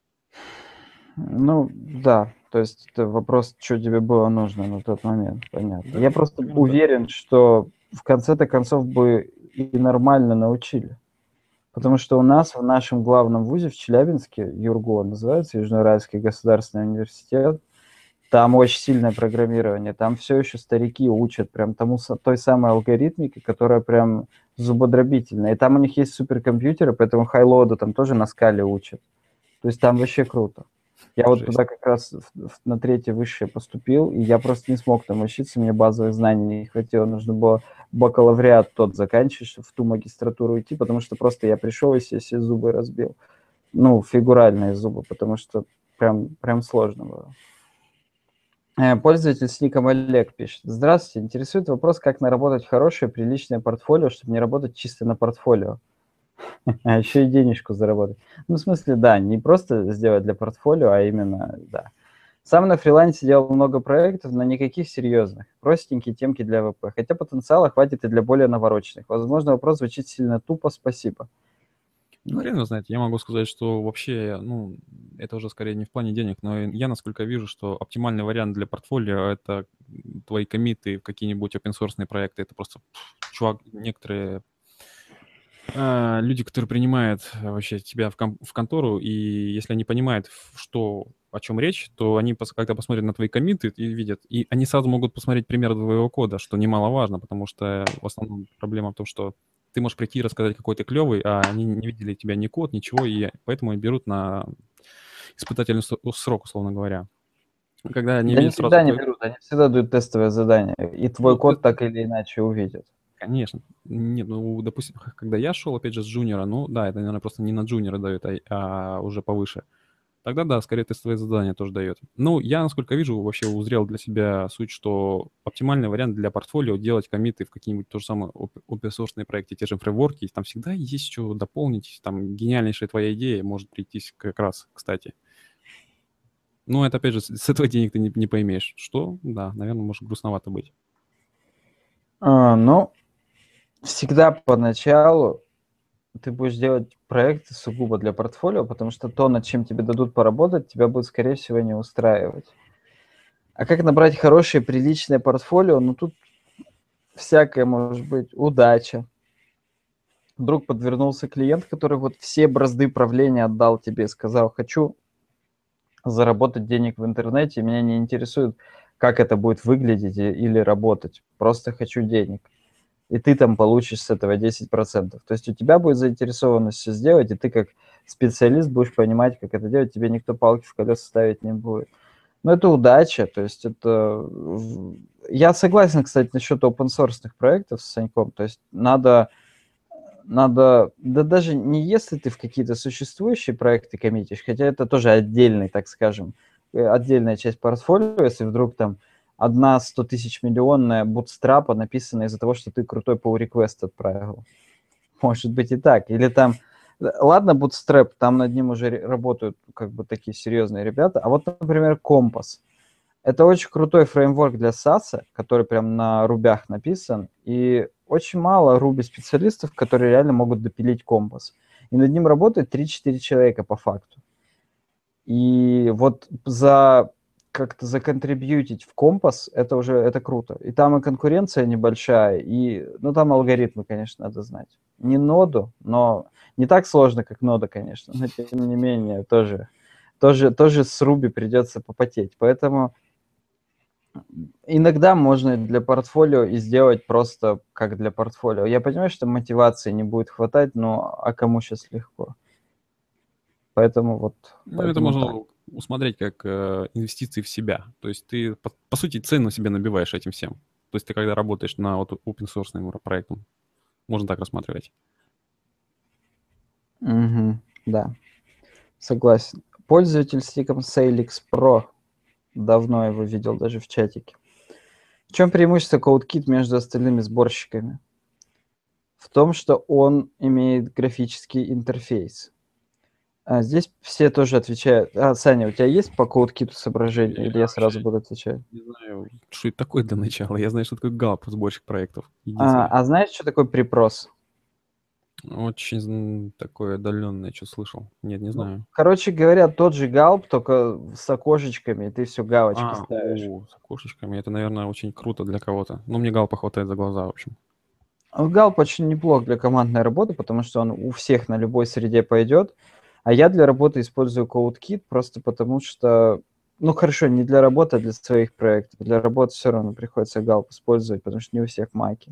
Ну, да. То есть это вопрос, что тебе было нужно на тот момент. Понятно. Да, Я просто примерно так. уверен, что в конце-то концов бы и нормально научили. Потому что у нас в нашем главном вузе в Челябинске, ЮрГО называется, Южноуральский государственный университет, там очень сильное программирование, там все еще старики учат прям тому, са- той самой алгоритмике, которая прям зубодробительная. И там у них есть суперкомпьютеры, поэтому хайлоду там тоже на скале учат. То есть там вообще круто. Я вот Жесть. туда как раз в- в- на третье высшее поступил, и я просто не смог там учиться, мне базовых знаний не хватило. Нужно было бакалавриат тот заканчивать, чтобы в ту магистратуру идти, потому что просто я пришел и себе, себе зубы разбил. Ну, фигуральные зубы, потому что прям, прям сложно было. Э, Пользователь с ником Олег пишет. Здравствуйте, интересует вопрос, как наработать хорошее, приличное портфолио, чтобы не работать чисто на портфолио, а еще и денежку заработать. Ну, в смысле, да, не просто сделать для портфолио, а именно, да. Сам на фрилансе делал много проектов, но никаких серьезных. Простенькие темки для ВП. Хотя потенциала хватит и для более навороченных. Возможно, вопрос звучит сильно тупо, спасибо. Ну, Ну, хрен его знает. Я могу сказать, что вообще, ну, это уже скорее не в плане денег, но я, насколько вижу, что оптимальный вариант для портфолио — это твои коммиты в какие-нибудь open-source проекты. Это просто, пф, чувак, некоторые а, люди, которые принимают э, вообще тебя в, ком- в контору, и если они понимают, ф- что, о чем речь, то они, пос- когда посмотрят на твои коммиты и видят, и они сразу могут посмотреть пример твоего кода, что немаловажно, потому что в основном проблема в том, что ты можешь прийти и рассказать, какой ты клевый, а они не видели тебя ни код, ничего, и поэтому и берут на испытательный сро- срок, условно говоря. Когда они да не видят сразу всегда не твой... берут, они всегда дают тестовое задание, и твой Ну, код так или иначе увидят. конечно. Нет, ну, допустим, х- когда я шел, опять же, с джуниора, ну, да, это, наверное, просто не на джуниора дают, а, а уже повыше. Тогда, да, скорее тестовые задания тоже дает. Ну, я, насколько вижу, вообще узрел для себя суть, что оптимальный вариант для портфолио — делать коммиты в какие-нибудь то же самое open-source проекты, те же фреймворки. Там всегда есть что дополнить. Там гениальнейшая твоя идея может прийтись как раз, кстати. Но это, опять же, с с этого денег ты не, не поймешь. Что, да, наверное, может грустновато быть. А, ну, всегда поначалу ты будешь делать проекты сугубо для портфолио, потому что то, над чем тебе дадут поработать, тебя будет, скорее всего, не устраивать. А как набрать хорошее, приличное портфолио? Ну, тут всякое может быть. Удача. Вдруг подвернулся клиент, который вот все бразды правления отдал тебе, сказал, хочу заработать денег в интернете, меня не интересует, как это будет выглядеть и- или работать. Просто хочу денег. И ты там получишь с этого десять процентов. То есть у тебя будет заинтересованность все сделать, и ты как специалист будешь понимать, как это делать, тебе никто палки в колеса ставить не будет. Но это удача, то есть это... в- Я согласен, кстати, насчет open source проектов с Саньком, то есть надо надо, да даже не если ты в какие-то существующие проекты коммитишь, хотя это тоже отдельный, так скажем, э, отдельная часть портфолио, если вдруг там одна сто тысяч миллионная бутстрапа написана из-за того, что ты крутой pull request отправил. Может быть и так. Или там, э, ладно, Bootstrap, там над ним уже ре- работают как бы такие серьезные ребята. А вот, например, Compass. Это очень крутой фреймворк для SaaS, который прям на рубях написан. И очень мало Ruby-специалистов, которые реально могут допилить Compass. И над ним работает три-четыре человека по факту. И вот за как-то законтрибьютить в компас, это уже это круто. И там и конкуренция небольшая, и, ну, там алгоритмы, конечно, надо знать. Не ноду, но не так сложно, как нода, конечно, но тем не менее тоже, тоже, тоже с Ruby придется попотеть. Поэтому иногда можно для портфолио и сделать просто как для портфолио. Я понимаю, что мотивации не будет хватать, но а кому сейчас легко? Поэтому вот, Ну, это поэтому так. можно усмотреть как э, инвестиции в себя. То есть ты, по, по сути, цену себе набиваешь этим всем. То есть ты, когда работаешь на вот open source проектом, можно так рассматривать. Мгм, да. Согласен. Пользователь с ником Salix Pro. Давно его видел даже в чатике. В чем преимущество CodeKit между остальными сборщиками? В том, что он имеет графический интерфейс. А здесь все тоже отвечают. А, Саня, у тебя есть по CodeKit соображения? Или Я я сразу вообще буду отвечать? не знаю, что это такое для начала. Я знаю, что такое галп, сборщик проектов. А, Единственное. а знаешь, что такое препрос? Очень м, такое отдаленное, что слышал. Нет, не Ну, знаю. короче говоря, тот же галп, только с окошечками, и ты все галочки А, ставишь. у, с окошечками. Это, наверное, очень круто для кого-то. Но мне галпа хватает за глаза, в общем. Ну, Галп очень неплох для командной работы, потому что он у всех на любой среде пойдет. А я для работы использую CodeKit просто потому что, ну хорошо, не для работы, а для своих проектов. Для работы все равно приходится Галп использовать, потому что не у всех маки.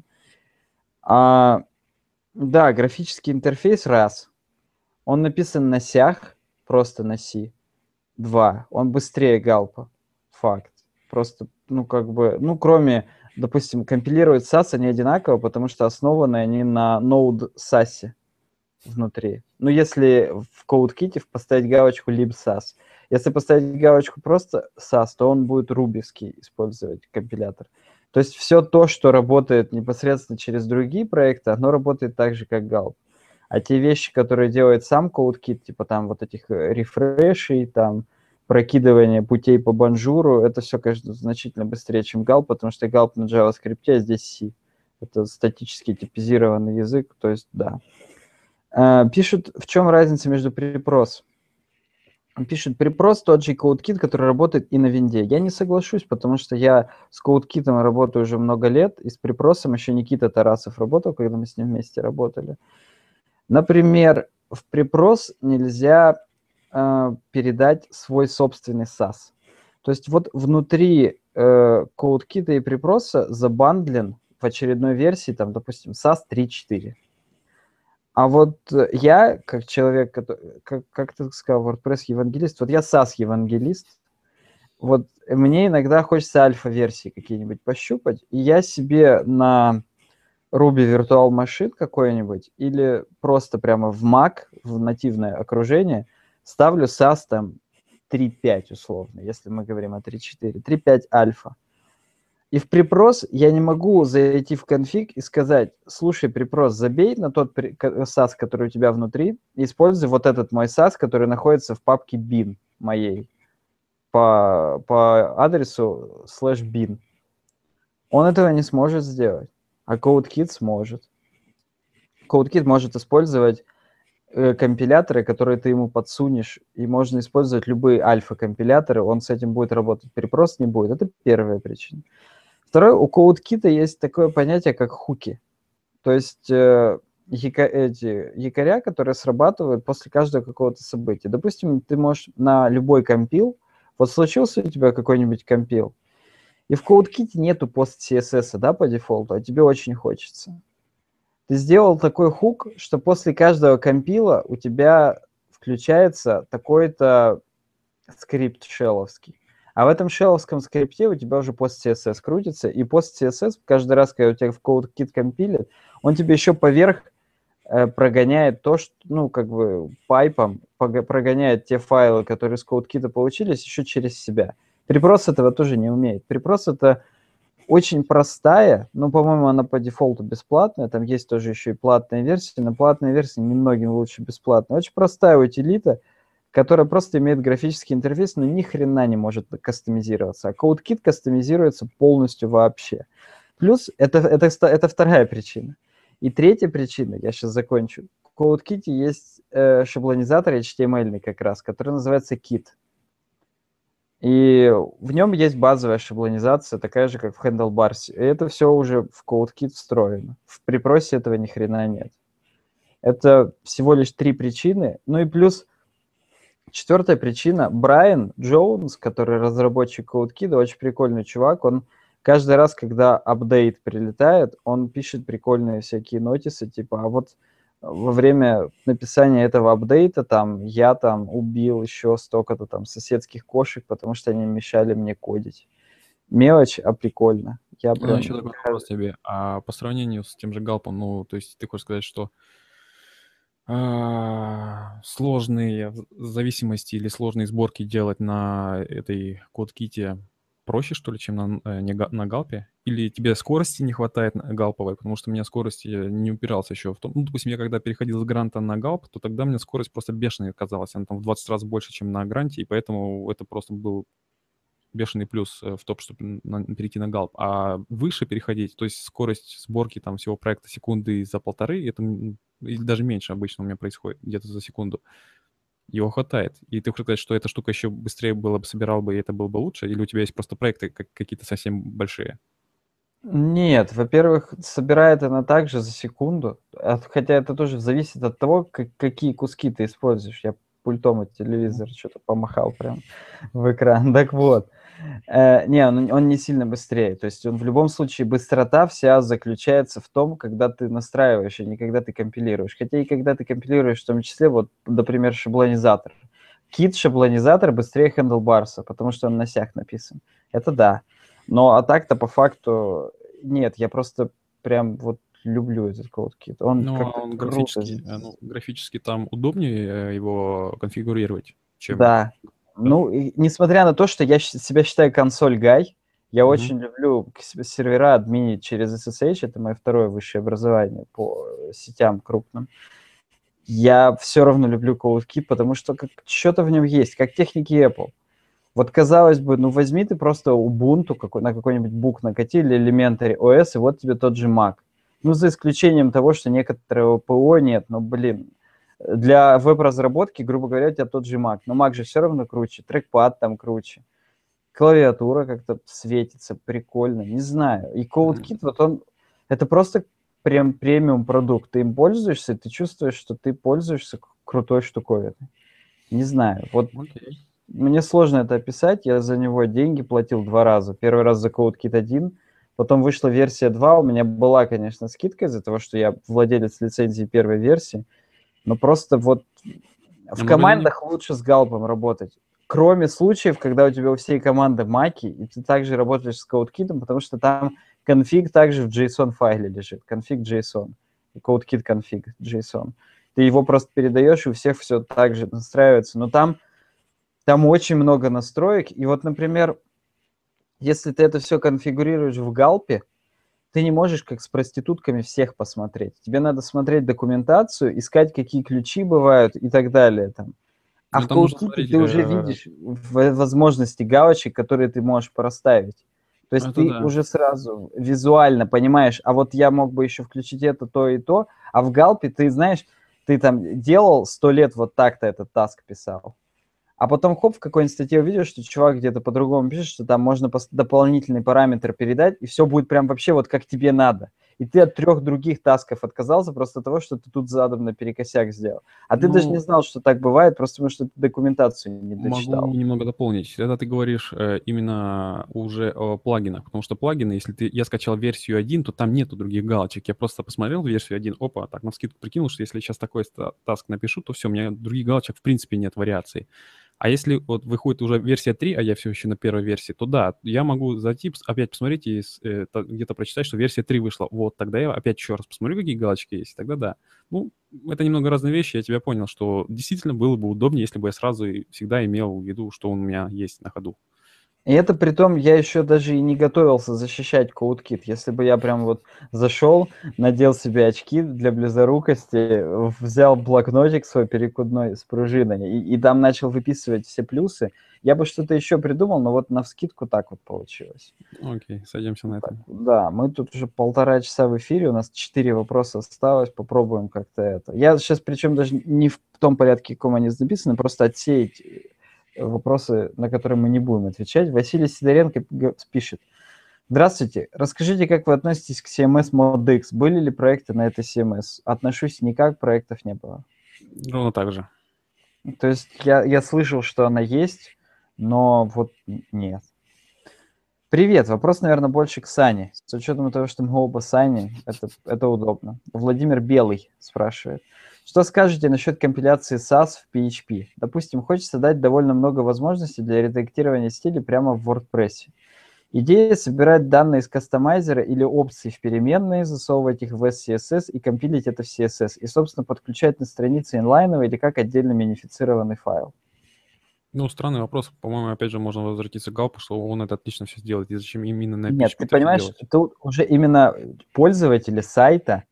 А, да, графический интерфейс раз. Он написан на сях, просто на C. Два. Он быстрее Галпа. Факт. Просто, ну как бы, ну кроме, допустим, компилировать сас они одинаково, потому что основаны они на Node сас внутри. Ну, если в CodeKit поставить галочку libsas. Если поставить галочку просто sas, то он будет рубевский использовать компилятор. То есть все то, что работает непосредственно через другие проекты, оно работает так же, как галп. А те вещи, которые делает сам CodeKit, типа там вот этих э, рефрешей, там прокидывание путей по банжуру, это все, конечно, значительно быстрее, чем галп, потому что галп на JavaScript, а здесь C. Это статически типизированный язык, то есть да. Uh, пишут, в чем разница между препрос? Пишут, препрос тот же CodeKit, который работает и на винде. Я не соглашусь, потому что я с CodeKit работаю уже много лет, и с препросом еще Никита Тарасов работал, когда мы с ним вместе работали. Например, в препрос нельзя uh, передать свой собственный сас. То есть вот внутри uh, CodeKit и препроса забандлен в очередной версии, там, допустим, сас три точка четыре. А вот я, как человек, как, как ты сказал, WordPress-евангелист, вот я сас-евангелист, вот мне иногда хочется альфа-версии какие-нибудь пощупать, и я себе на Ruby Virtual Machine какой-нибудь или просто прямо в Mac, в нативное окружение, ставлю сас там три пять условно, если мы говорим о три четыре, три пять альфа. И в препрос я не могу зайти в конфиг и сказать, слушай, препрос, забей на тот сас, который у тебя внутри, и используй вот этот мой сас, который находится в папке bin моей по, по адресу слэш bin. Он этого не сможет сделать, а CodeKit сможет. CodeKit может использовать э, компиляторы, которые ты ему подсунешь, и можно использовать любые альфа-компиляторы, он с этим будет работать, препрос не будет. Это первая причина. Второе, у CodeKit есть такое понятие, как хуки. То есть э, яко, эти якоря, которые срабатывают после каждого какого-то события. Допустим, ты можешь на любой компил, вот случился у тебя какой-нибудь компил, и в CodeKit нету пост-си эс эс, да, по дефолту, а тебе очень хочется. Ты сделал такой хук, что после каждого компила у тебя включается такой-то скрипт шелловский. А в этом шелловском скрипте у тебя уже пост-си эс эс крутится, и пост-си эс эс каждый раз, когда у тебя в CodeKit компилит, он тебе еще поверх э, прогоняет то, что, ну, как бы пайпом пога- прогоняет те файлы, которые с CodeKit получились, еще через себя. Preprocess этого тоже не умеет. Preprocess это очень простая, но, по-моему, она по дефолту бесплатная. Там есть тоже еще и платная версия, но платная версия немногим лучше бесплатной. Очень простая утилита, которая просто имеет графический интерфейс, но ни хрена не может кастомизироваться. А CodeKit кастомизируется полностью вообще. Плюс это, это, ста- это вторая причина. И третья причина, я сейчас закончу. В CodeKit есть э, шаблонизатор эйч ти эм эль как раз, который называется Kit. И в нем есть базовая шаблонизация, такая же, как в Handlebars. И это все уже в CodeKit встроено. В припросе этого ни хрена нет. Это всего лишь три причины. Ну и плюс четвертая причина. Брайан Джонс, который разработчик CodeKit, очень прикольный чувак. Он каждый раз, когда апдейт прилетает, он пишет прикольные всякие нотисы, типа, а вот во время написания этого апдейта там я там убил еще столько-то там соседских кошек, потому что они мешали мне кодить. Мелочь, а прикольно. Я Ну, еще прям... такой вопрос тебе. А по сравнению с тем же Галпом, ну, то есть ты хочешь сказать, что а, сложные в- зависимости или сложные сборки делать на этой код-ките проще, что ли, чем на, э, не га- на Галпе? Или тебе скорости не хватает на галповой? Потому что у меня скорости э, не упирался еще в том. Ну, допустим, я когда переходил с гранта на галп, то тогда мне скорость просто бешеной казалась. Она там в двадцать раз больше, чем на гранте, и поэтому это просто был бешеный плюс э, в том, чтобы на- перейти на галп. А выше переходить, то есть скорость сборки там всего проекта секунды за полторы, это м, или даже меньше обычно у меня происходит, где-то за секунду. Его хватает. И ты хочешь сказать, что эта штука еще быстрее было бы, собирал бы, и это было бы лучше? Или у тебя есть просто проекты как- какие-то совсем большие? Нет, во-первых, собирает она также за секунду, а, хотя это тоже зависит от того, как- какие куски ты используешь. Я пультом от телевизора что-то помахал прям в экран. Так вот, э, не, он, он не сильно быстрее. То есть он в любом случае быстрота вся заключается в том, когда ты настраиваешь, а не когда ты компилируешь. Хотя и когда ты компилируешь, в том числе, вот, например, шаблонизатор. Кит шаблонизатор быстрее Handlebars, потому что он на сях написан. Это да. Но а так-то по факту нет, я просто прям вот люблю этот CodeKit. Он Ну, а как-то он круто. графически, э, ну, графически там удобнее э, его конфигурировать, чем... Да. Да? Ну, и несмотря на то, что я щ- себя считаю консоль-гай, я Мгм. очень люблю к себе сервера админить через эс эс эйч, это мое второе высшее образование по э, сетям крупным. Я все равно люблю CodeKit, потому что как, что-то в нем есть, как техники Apple. Вот казалось бы, ну возьми ты просто Ubuntu какой, на какой-нибудь бук накати или Elementary о эс, и вот тебе тот же Mac. Ну, за исключением того, что некоторого ПО нет, но, блин, для веб-разработки, грубо говоря, у тебя тот же Mac. Но Mac же все равно круче, трекпад там круче, клавиатура как-то светится, прикольно, не знаю. И CodeKit, вот он, это просто прям премиум продукт. Ты им пользуешься, ты чувствуешь, что ты пользуешься крутой штуковиной. Не знаю, вот Окей. мне сложно это описать, я за него деньги платил два раза. Первый раз за CodeKit один, потом вышла версия два, у меня была, конечно, скидка из-за того, что я владелец лицензии первой версии, но просто вот А в много денег? командах лучше с галпом работать. Кроме случаев, когда у тебя у всей команды маки, и ты также работаешь с CodeKit, потому что там конфиг также в JSON-файле лежит, конфиг JSON, и CodeKit конфиг JSON. Ты его просто передаешь, и у всех все так же настраивается. Но там там очень много настроек. И вот, например, если ты это все конфигурируешь в галпе, ты не можешь как с проститутками всех посмотреть. Тебе надо смотреть документацию, искать, какие ключи бывают и так далее. Там. А Ну, в там нужно CodeKit смотреть, ты уже э, видишь в- возможности галочек, которые ты можешь проставить. То есть это ты да. уже сразу визуально понимаешь, а вот я мог бы еще включить это, то и то, а в галпе ты знаешь, ты там делал сто лет вот так-то этот таск писал. А потом, хоп, в какой-нибудь статье увидишь, что чувак где-то по-другому пишет, что там можно пос- дополнительный параметр передать, и все будет прям вообще вот как тебе надо. И ты от трех других тасков отказался просто того, что ты тут задом наперекосяк сделал. А ты даже не Ну, знал, что так бывает, просто потому что ты документацию не могу дочитал. немного дополнить. Это ты говоришь э, именно уже о плагинах, потому что плагины, если ты, я скачал версию один, то там нету других галочек. Я просто посмотрел версию один, опа, так навскидку прикинул, что если я сейчас такой ста- таск напишу, то все, у меня других галочек в принципе нет вариаций. А если вот выходит уже версия три, а я все еще на первой версии, то да, я могу зайти, пос- опять посмотреть и с- э, та- где-то прочитать, что версия три вышла. Вот, тогда я опять еще раз посмотрю, какие галочки есть, тогда да. Ну, это немного разные вещи, я тебя понял, что действительно было бы удобнее, если бы я сразу и всегда имел в виду, что у меня есть на ходу. И это при том, я еще даже и не готовился защищать CodeKit. Если бы я прям вот зашел, надел себе очки для близорукости, взял блокнотик свой перекудной с пружиной и, и там начал выписывать все плюсы, я бы что-то еще придумал, но вот навскидку так вот получилось. Окей, сойдемся на Так, этом. да, мы тут уже полтора часа в эфире, у нас четыре вопроса осталось, попробуем как-то это. Я сейчас причем даже не в том порядке, в каком они записаны, просто отсеять вопросы, на которые мы не будем отвечать. Василий Сидоренко г- пишет. Здравствуйте. Расскажите, как вы относитесь к си эм эс ModX? Были ли проекты на это си эм эс? Отношусь никак, проектов не было. Ровно так же. То есть я, я слышал, что она есть, но вот н- нет. Привет. Вопрос, наверное, больше к Сане. С учетом того, что мы оба Сани, это, это удобно. Владимир Белый спрашивает. Что скажете насчет компиляции сас в пи эйч пи? Допустим, хочется дать довольно много возможностей для редактирования стиля прямо в WordPress. Идея собирать данные из кастомайзера или опций в переменные, засовывать их в эс си эс эс и компилить это в си эс эс. И, собственно, подключать на странице инлайновый или как отдельно минифицированный файл. Ну, странный вопрос. По-моему, опять же, можно возвратиться к Галпу, что он это отлично все сделает. И зачем именно на Нет, ты пи эйч пи-то это понимаешь, делать? тут уже именно пользователи сайта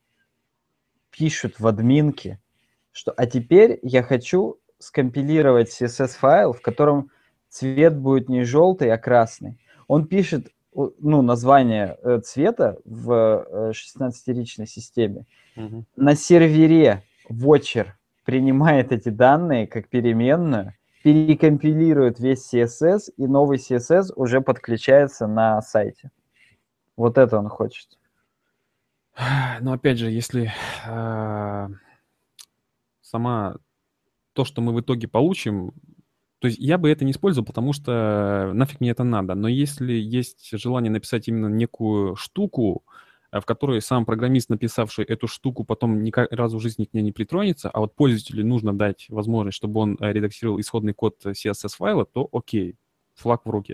пишут в админке, что «а теперь я хочу скомпилировать си эс эс-файл, в котором цвет будет не желтый, а красный». Он пишет ну, название э, цвета в э, шестнадцатиричной системе. Мгм. На сервере Watcher принимает эти данные как переменную, перекомпилирует весь си эс эс, и новый си эс эс уже подключается на сайте. Вот это он хочет. Но опять же, если а, сама то, что мы в итоге получим, то есть я бы это не использовал, потому что нафиг мне это надо. Но если есть желание написать именно некую штуку, э, в которой сам программист, написавший эту штуку, потом ни разу в жизни к ней не притронется, а вот пользователю нужно дать возможность, чтобы он э, редактировал исходный код си эс эс-файла, то окей, флаг в руки.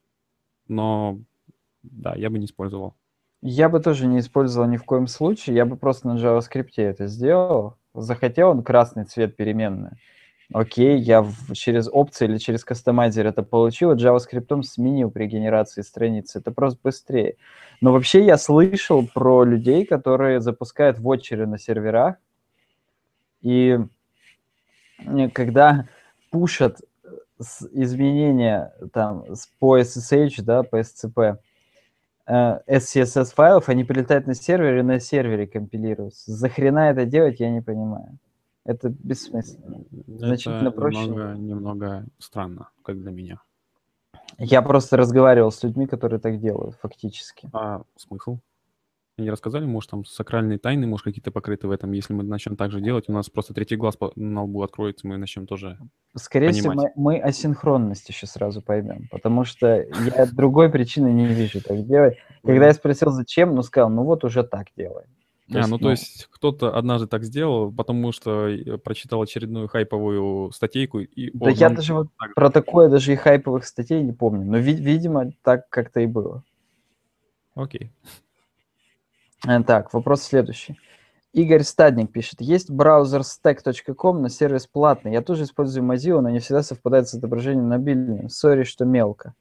Но да, я бы не использовал. Я бы тоже не использовал ни в коем случае, я бы просто на JavaScript это сделал. Захотел он красный цвет переменную. Окей, я в- через опции или через кастомайзер это получил, и JavaScript сменил при генерации страницы. Это просто быстрее. Но вообще я слышал про людей, которые запускают вотчеры на серверах, и э, когда пушат э, с- изменения там с- по эс эс эйч, да, по эс си пи, э, эс си эс эс-файлов, они прилетают на сервер и на сервере компилируются. За хрена это делать, я не понимаю. Это бессмысленно. Значительно Это проще. немного, немного странно, как для меня. Я просто разговаривал с людьми, которые так делают, фактически. А смысл? Они рассказали, может, там сакральные тайны, может, какие-то покрыты в этом. Если мы начнем так же делать, у нас просто третий глаз по- на лбу откроется, мы начнем тоже Скорее всего, понимать. мы, мы асинхронность еще сразу поймем, потому что я другой причины не вижу так делать. Когда я Мгм. спросил, зачем, ну, сказал, ну, вот уже так делаем. То А, есть, ну то ну, есть кто-то однажды так сделал, потому что э, прочитал очередную хайповую статейку, и, да о, я нам даже вот так же. про такое даже и хайповых статей не помню, но, ви- видимо, так как-то и было. Окей. Э, Так, вопрос следующий. Игорь Стадник пишет. Есть браузер stack точка ком, но сервис платный. Я тоже использую Mozilla, но не всегда совпадает с отображением на мобильном. Сори, что мелко.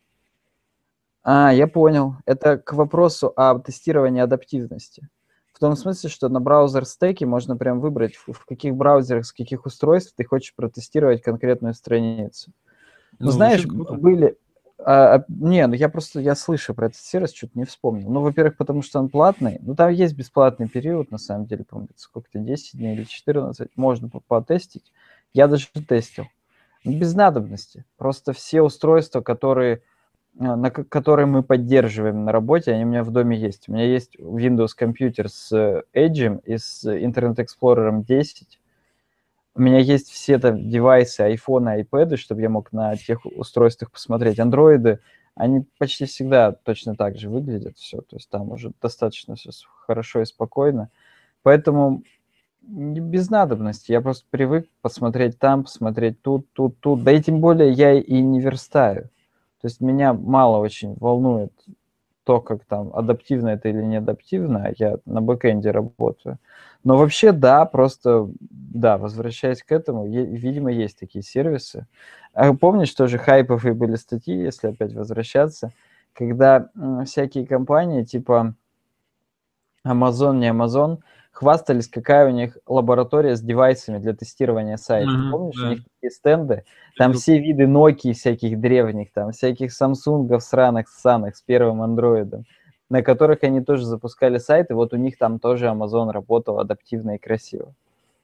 А, я понял. Это к вопросу о тестировании адаптивности. В том смысле, что на браузер стеке можно прям выбрать, в в каких браузерах, с каких устройств ты хочешь протестировать конкретную страницу. Ну, Ну, знаешь, звучит б- круто. были... а, а, не, ну я просто, я слышу про этот сервис, что-то не вспомнил. Ну, во-первых, потому что он платный. Ну, там есть бесплатный период, на самом деле, по-моему, сколько-то, десять дней или четырнадцать. Можно по- потестить. Я даже тестил. Ну, без надобности. Просто все устройства, которые, а, на ко- которые мы поддерживаем на работе, они у меня в доме есть. У меня есть Windows компьютер с э, Edge и с Internet Explorer десять. У меня есть все там девайсы, айфоны, айпэды, чтобы я мог на тех устройствах посмотреть. Андроиды, они почти всегда точно так же выглядят все. То есть там уже достаточно все хорошо и спокойно. Поэтому Не без надобности. Я просто привык посмотреть там, посмотреть тут, тут, тут. Да и тем более я и не верстаю. То есть меня мало очень волнует то, как там адаптивно это или не адаптивно. Я на бэкэнде работаю. Но вообще, да, просто, да, возвращаясь к этому, е- видимо, есть такие сервисы. А помнишь, тоже хайповые были статьи, если опять возвращаться, когда м, всякие компании типа Amazon, не Amazon, хвастались, какая у них лаборатория с девайсами для тестирования сайтов. Мгм, Помнишь, у да, них такие стенды, там видел. все виды Nokia всяких древних, там всяких Самсунгов сраных, ссаных с первым андроидом, на которых они тоже запускали сайты, вот у них там тоже Amazon работал адаптивно и красиво.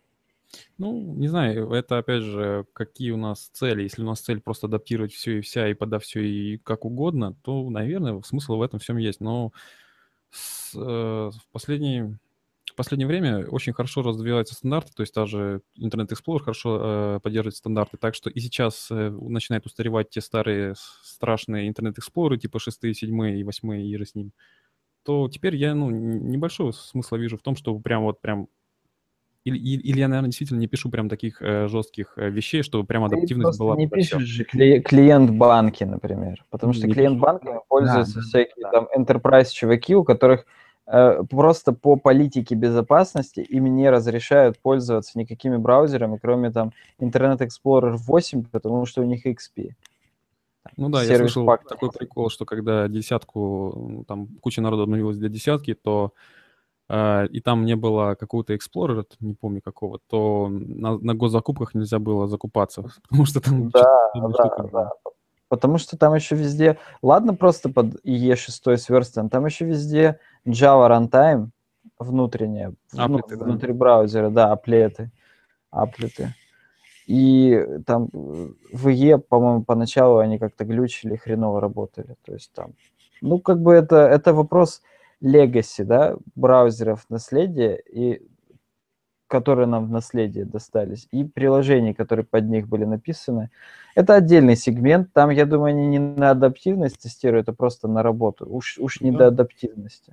Ну, не знаю, это опять же, какие у нас цели. Если у нас цель просто адаптировать все и вся, и подав все и как угодно, то, наверное, смысл в этом всем есть. Но с, э, в последний, в последнее время очень хорошо развиваются стандарты, то есть даже Internet Explorer хорошо э, поддерживает стандарты, так что и сейчас э, начинают устаревать те старые с- страшные Internet Explorer, типа шестые, седьмые и восьмые и же с ним, то теперь я, ну, н- небольшого смысла вижу в том, чтобы прям вот прям или, или, или я, наверное, действительно не пишу прям таких э, жестких э, вещей, чтобы прям Ты адаптивность просто была не подо все. пишешь же кли- клиент банки, например, потому что Не клиент пишу. банками Да, пользуются да, всякие да. там enterprise чуваки, у которых э, просто по политике безопасности им не разрешают пользоваться никакими браузерами, кроме там Internet Explorer восемь, потому что у них икс пи, Ну да, я сервис слышал пак. такой прикол, что когда десятку, ну, там куча народу обновилась для десятки, то э, и там не было какого-то Explorer, не помню какого, то на, на госзакупках нельзя было закупаться, потому что там что-то Да, подобная штука да, была. да. Потому что там еще везде, ладно, просто под и и шесть сверстан, там еще везде Java runtime внутренняя, в- ну, Аплеты, да. внутри браузера, да, аплеты, аплеты. И там э, в и и, по-моему, поначалу они как-то глючили, хреново работали. То есть там, ну, как бы это, это вопрос legacy, да, браузеров наследия, и которые нам в наследие достались, и приложений, которые под них были написаны. Это отдельный сегмент. Там, я думаю, они не на адаптивность тестируют, а просто на работу. Уж, уж не Да, до адаптивности.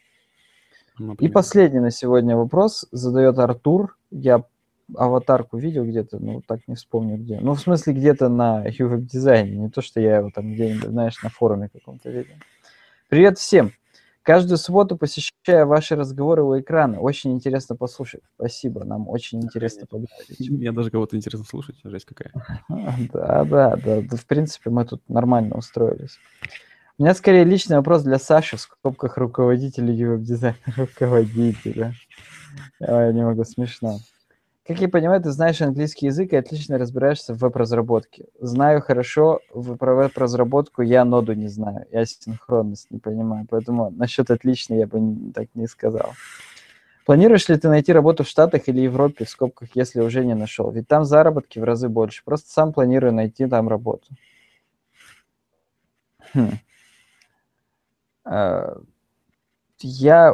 И например. последний на сегодня вопрос задает Артур. Я аватарку видел где-то, ну, так не вспомню где. Ну, в смысле, где-то на веб-дизайне, не то, что я его там где-нибудь, знаешь, на форуме каком-то видел. Привет всем! Каждую субботу посещаю ваши разговоры у экрана. Очень интересно послушать. Спасибо, нам очень интересно Охренеть. поговорить. Мне даже кого-то интересно слушать, жесть какая. Да, да, да, да. В принципе, мы тут нормально устроились. У меня скорее личный вопрос для Саши в скобках руководителя веб-дизайна. Руководителя. Ой, не могу, смешно. Как я понимаю, ты знаешь английский язык и отлично разбираешься в веб-разработке. Знаю хорошо, в- про веб-разработку я ноду не знаю, я синхронность не понимаю, поэтому насчет отлично я бы н- так не сказал. Планируешь ли ты найти работу в Штатах или Европе, в скобках, если уже не нашел? Ведь там заработки в разы больше. Просто сам планирую найти там работу. Хм. Э, Я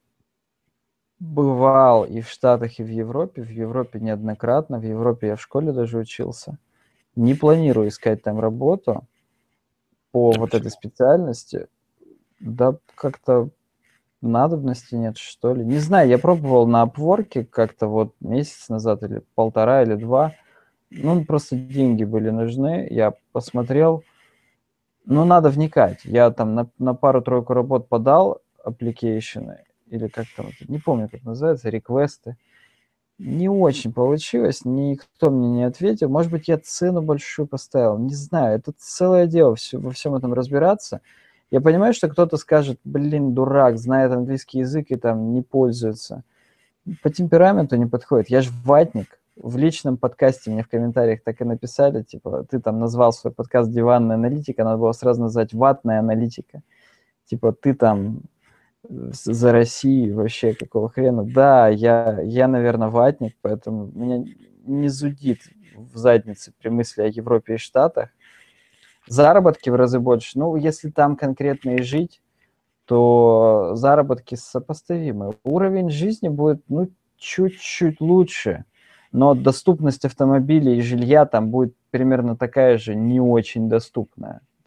бывал и в Штатах, и в Европе. В Европе неоднократно. В Европе я в школе даже учился. Не планирую искать там работу по А вот этой почему? специальности. Да как-то надобности нет, что ли. Не знаю, я пробовал на Upwork как-то вот месяц назад или полтора, или два. Ну, просто деньги были нужны. Я посмотрел. Ну, надо вникать. Я там на, на пару-тройку работ подал аппликейшены, или как там, это, не помню, как называется, реквесты. Не очень получилось, никто мне не ответил. Может быть, я цену большую поставил, не знаю. Это целое дело все, во всем этом разбираться. Я понимаю, что кто-то скажет, блин, дурак, знает английский язык и там не пользуется. По темпераменту не подходит. Я же ватник. В личном подкасте мне в комментариях так и написали, типа, ты там назвал свой подкаст «Диванная аналитика», надо было сразу назвать «Ватная аналитика». Типа, ты там за Россию вообще какого хрена. Да, я, я, наверное, ватник, поэтому меня не зудит в заднице при мысли о Европе и Штатах. Заработки в разы больше. Ну, если там конкретно и жить, то заработки сопоставимы. Уровень жизни будет, ну, чуть-чуть лучше, но доступность автомобилей и жилья там будет примерно такая же, не очень доступная.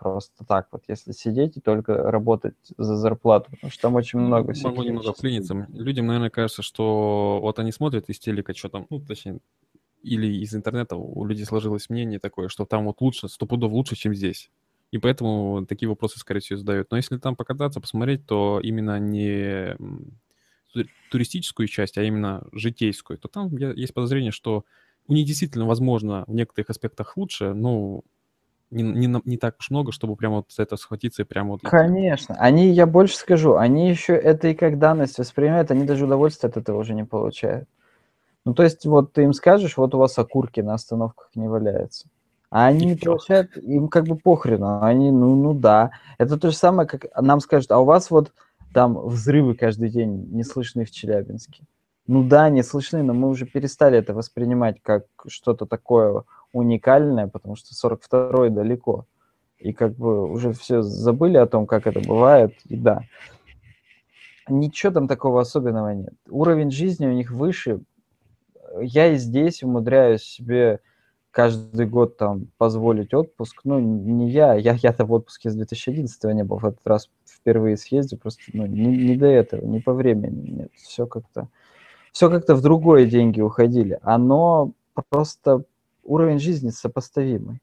просто так вот, если сидеть и только работать за зарплату, потому что там очень Ну, много могу всяких немного вещей. вклиниться. Людям, наверное, кажется, что вот они смотрят из телека, что там, ну, точнее, или из интернета у людей сложилось мнение такое, что там вот лучше, сто пудов лучше, чем здесь. И поэтому такие вопросы, скорее всего, задают. Но если там покататься, посмотреть, то именно не м, ту- туристическую часть, а именно житейскую, то там я- есть подозрение, что у них действительно, возможно, в некоторых аспектах лучше, но не, не, на- не так уж много, чтобы прямо вот за это схватиться и прямо вот идти. Конечно. Они, я больше скажу, они еще это и как данность воспринимают, они даже удовольствие от этого уже не получают. Ну, то есть вот ты им скажешь, вот у вас окурки на остановках не валяются. А они И не все. получают, им как бы похрену. Они, ну, ну да. Это то же самое, как нам скажут, а у вас вот там взрывы каждый день не слышны в Челябинске. Ну да, не слышны, но мы уже перестали это воспринимать как что-то такое уникальное, потому что сорок второй далеко. И как бы уже все забыли о том, как это бывает. И да, ничего там такого особенного нет. Уровень жизни у них выше. Я и здесь умудряюсь себе каждый год там позволить отпуск. Ну, не я, я я-то в отпуске с две тысячи одиннадцатого не был. В этот раз впервые съездил, просто ну, не, не до этого, не по времени. Нет, все как-то, все как-то в другое деньги уходили. Оно просто уровень жизни сопоставимый.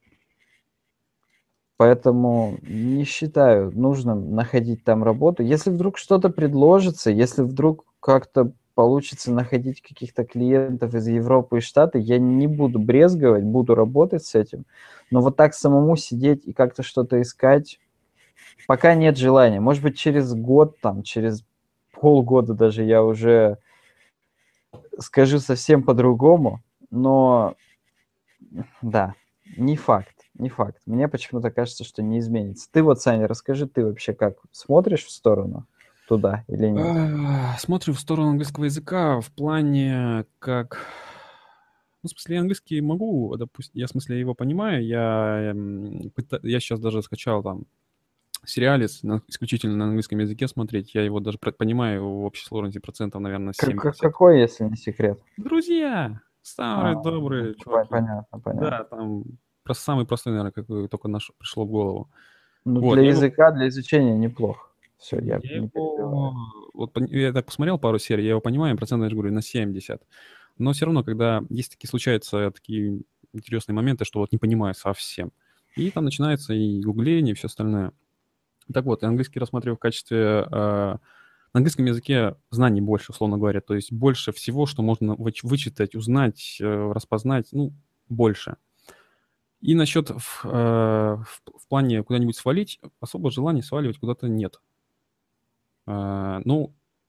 Поэтому не считаю нужным находить там работу. Если вдруг что-то предложится, если вдруг как-то получится находить каких-то клиентов из Европы и Штаты, я не буду брезговать, буду работать с этим. Но вот так самому сидеть и как-то что-то искать, пока нет желания. Может быть, через год, там, через полгода даже я уже скажу совсем по-другому, но да, не факт, не факт. Мне почему-то кажется, что не изменится. Ты вот, Саня, расскажи, ты вообще как смотришь в сторону туда или нет? А, Смотрю в сторону английского языка в плане как... Ну, в смысле, я английский могу, допустим, я, в смысле, его понимаю, я, эм, пыта- я сейчас даже скачал там сериалец на- исключительно на английском языке смотреть, я его даже про- понимаю в общей сложности процентов, наверное, Как, как- семьдесят. какой, если не секрет? Друзья, А, старые ну, добрые по- чуваки. понятно, понятно. Да, там просто самый простой, наверное, какой только наш пришло в голову. Ну, Вот, для я его языка, для изучения неплохо. Все, я Я не его, перебиваю. вот пон- я так посмотрел пару серий, я его понимаю, процентов, я же говорю, на семьдесят. Но все равно, когда есть такие, случаются такие интересные моменты, что вот не понимаю совсем. И там начинается и гугление, и все остальное. Так вот, я английский рассматриваю в качестве... э, на английском языке знаний больше, условно говоря. То есть больше всего, что можно выч- вычитать, узнать, э, распознать, ну, больше. И насчет в, э, в, в плане куда-нибудь свалить, особо желания сваливать куда-то нет. Э, ну,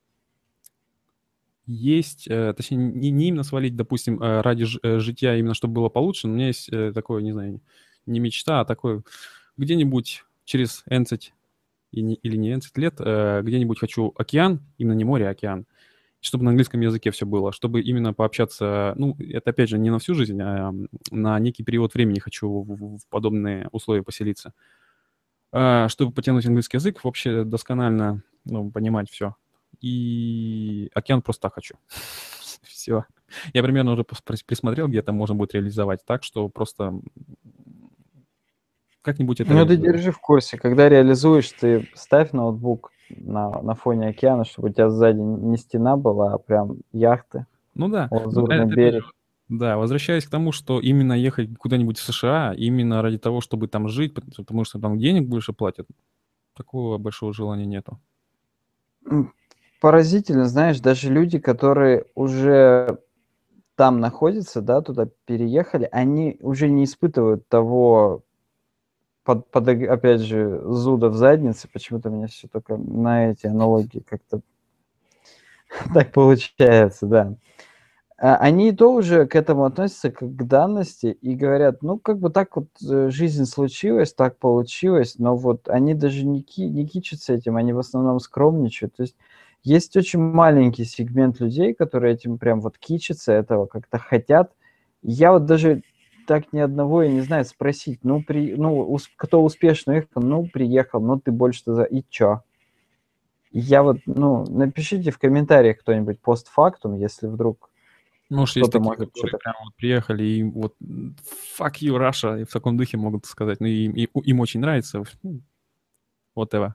Есть, э, точнее, не, не именно свалить, допустим, э, ради ж- э, житья, именно чтобы было получше. Но у меня есть э, такое, не знаю, не мечта, а такое где-нибудь через энцать и не- или не энцать лет, э, где-нибудь хочу океан, именно не море, а океан, чтобы на английском языке все было, чтобы именно пообщаться, ну, это опять же не на всю жизнь, а м, на некий период времени хочу в, в- в подобные условия поселиться. А, чтобы потянуть английский язык, вообще досконально, ну, понимать все. И океан просто так хочу. Все. Я примерно уже пос- прос- присмотрел, где это можно будет реализовать так, что просто м, как-нибудь это Ну, ты реализую. держи в курсе. Когда реализуешь, ты ставь ноутбук на, на фоне океана, чтобы у тебя сзади не стена была, а прям яхты, Ну да, ну, э, лазурный это опять же, берег. да, возвращаясь к тому, что именно ехать куда-нибудь в США, именно ради того, чтобы там жить, пот- потому что там денег больше платят, такого большого желания нету. М, Поразительно, знаешь, даже люди, которые уже там находятся, да, туда переехали, они уже не испытывают того, под, под, опять же, зуда в заднице. Почему-то у меня все только на эти аналогии как-то так получается, да. А, они и то уже к этому относятся как к данности и говорят, ну, как бы так вот э, жизнь случилась, так получилось, но вот они даже не, ки, не кичатся этим, они в основном скромничают. То есть есть очень маленький сегмент людей, которые этим прям вот кичатся, этого как-то хотят. И я вот даже так ни одного и не знаю спросить, ну, при, ну ус- кто успешно уехал, ну, приехал, ну, ты больше за... И чё? Я вот, ну, напишите в комментариях кто-нибудь постфактум, если вдруг Может, есть Кто-то такие, может которые что-то... прям вот приехали и вот м, fuck you, Russia, и в таком духе могут сказать. Ну, и им, и- им очень нравится. Ну, whatever.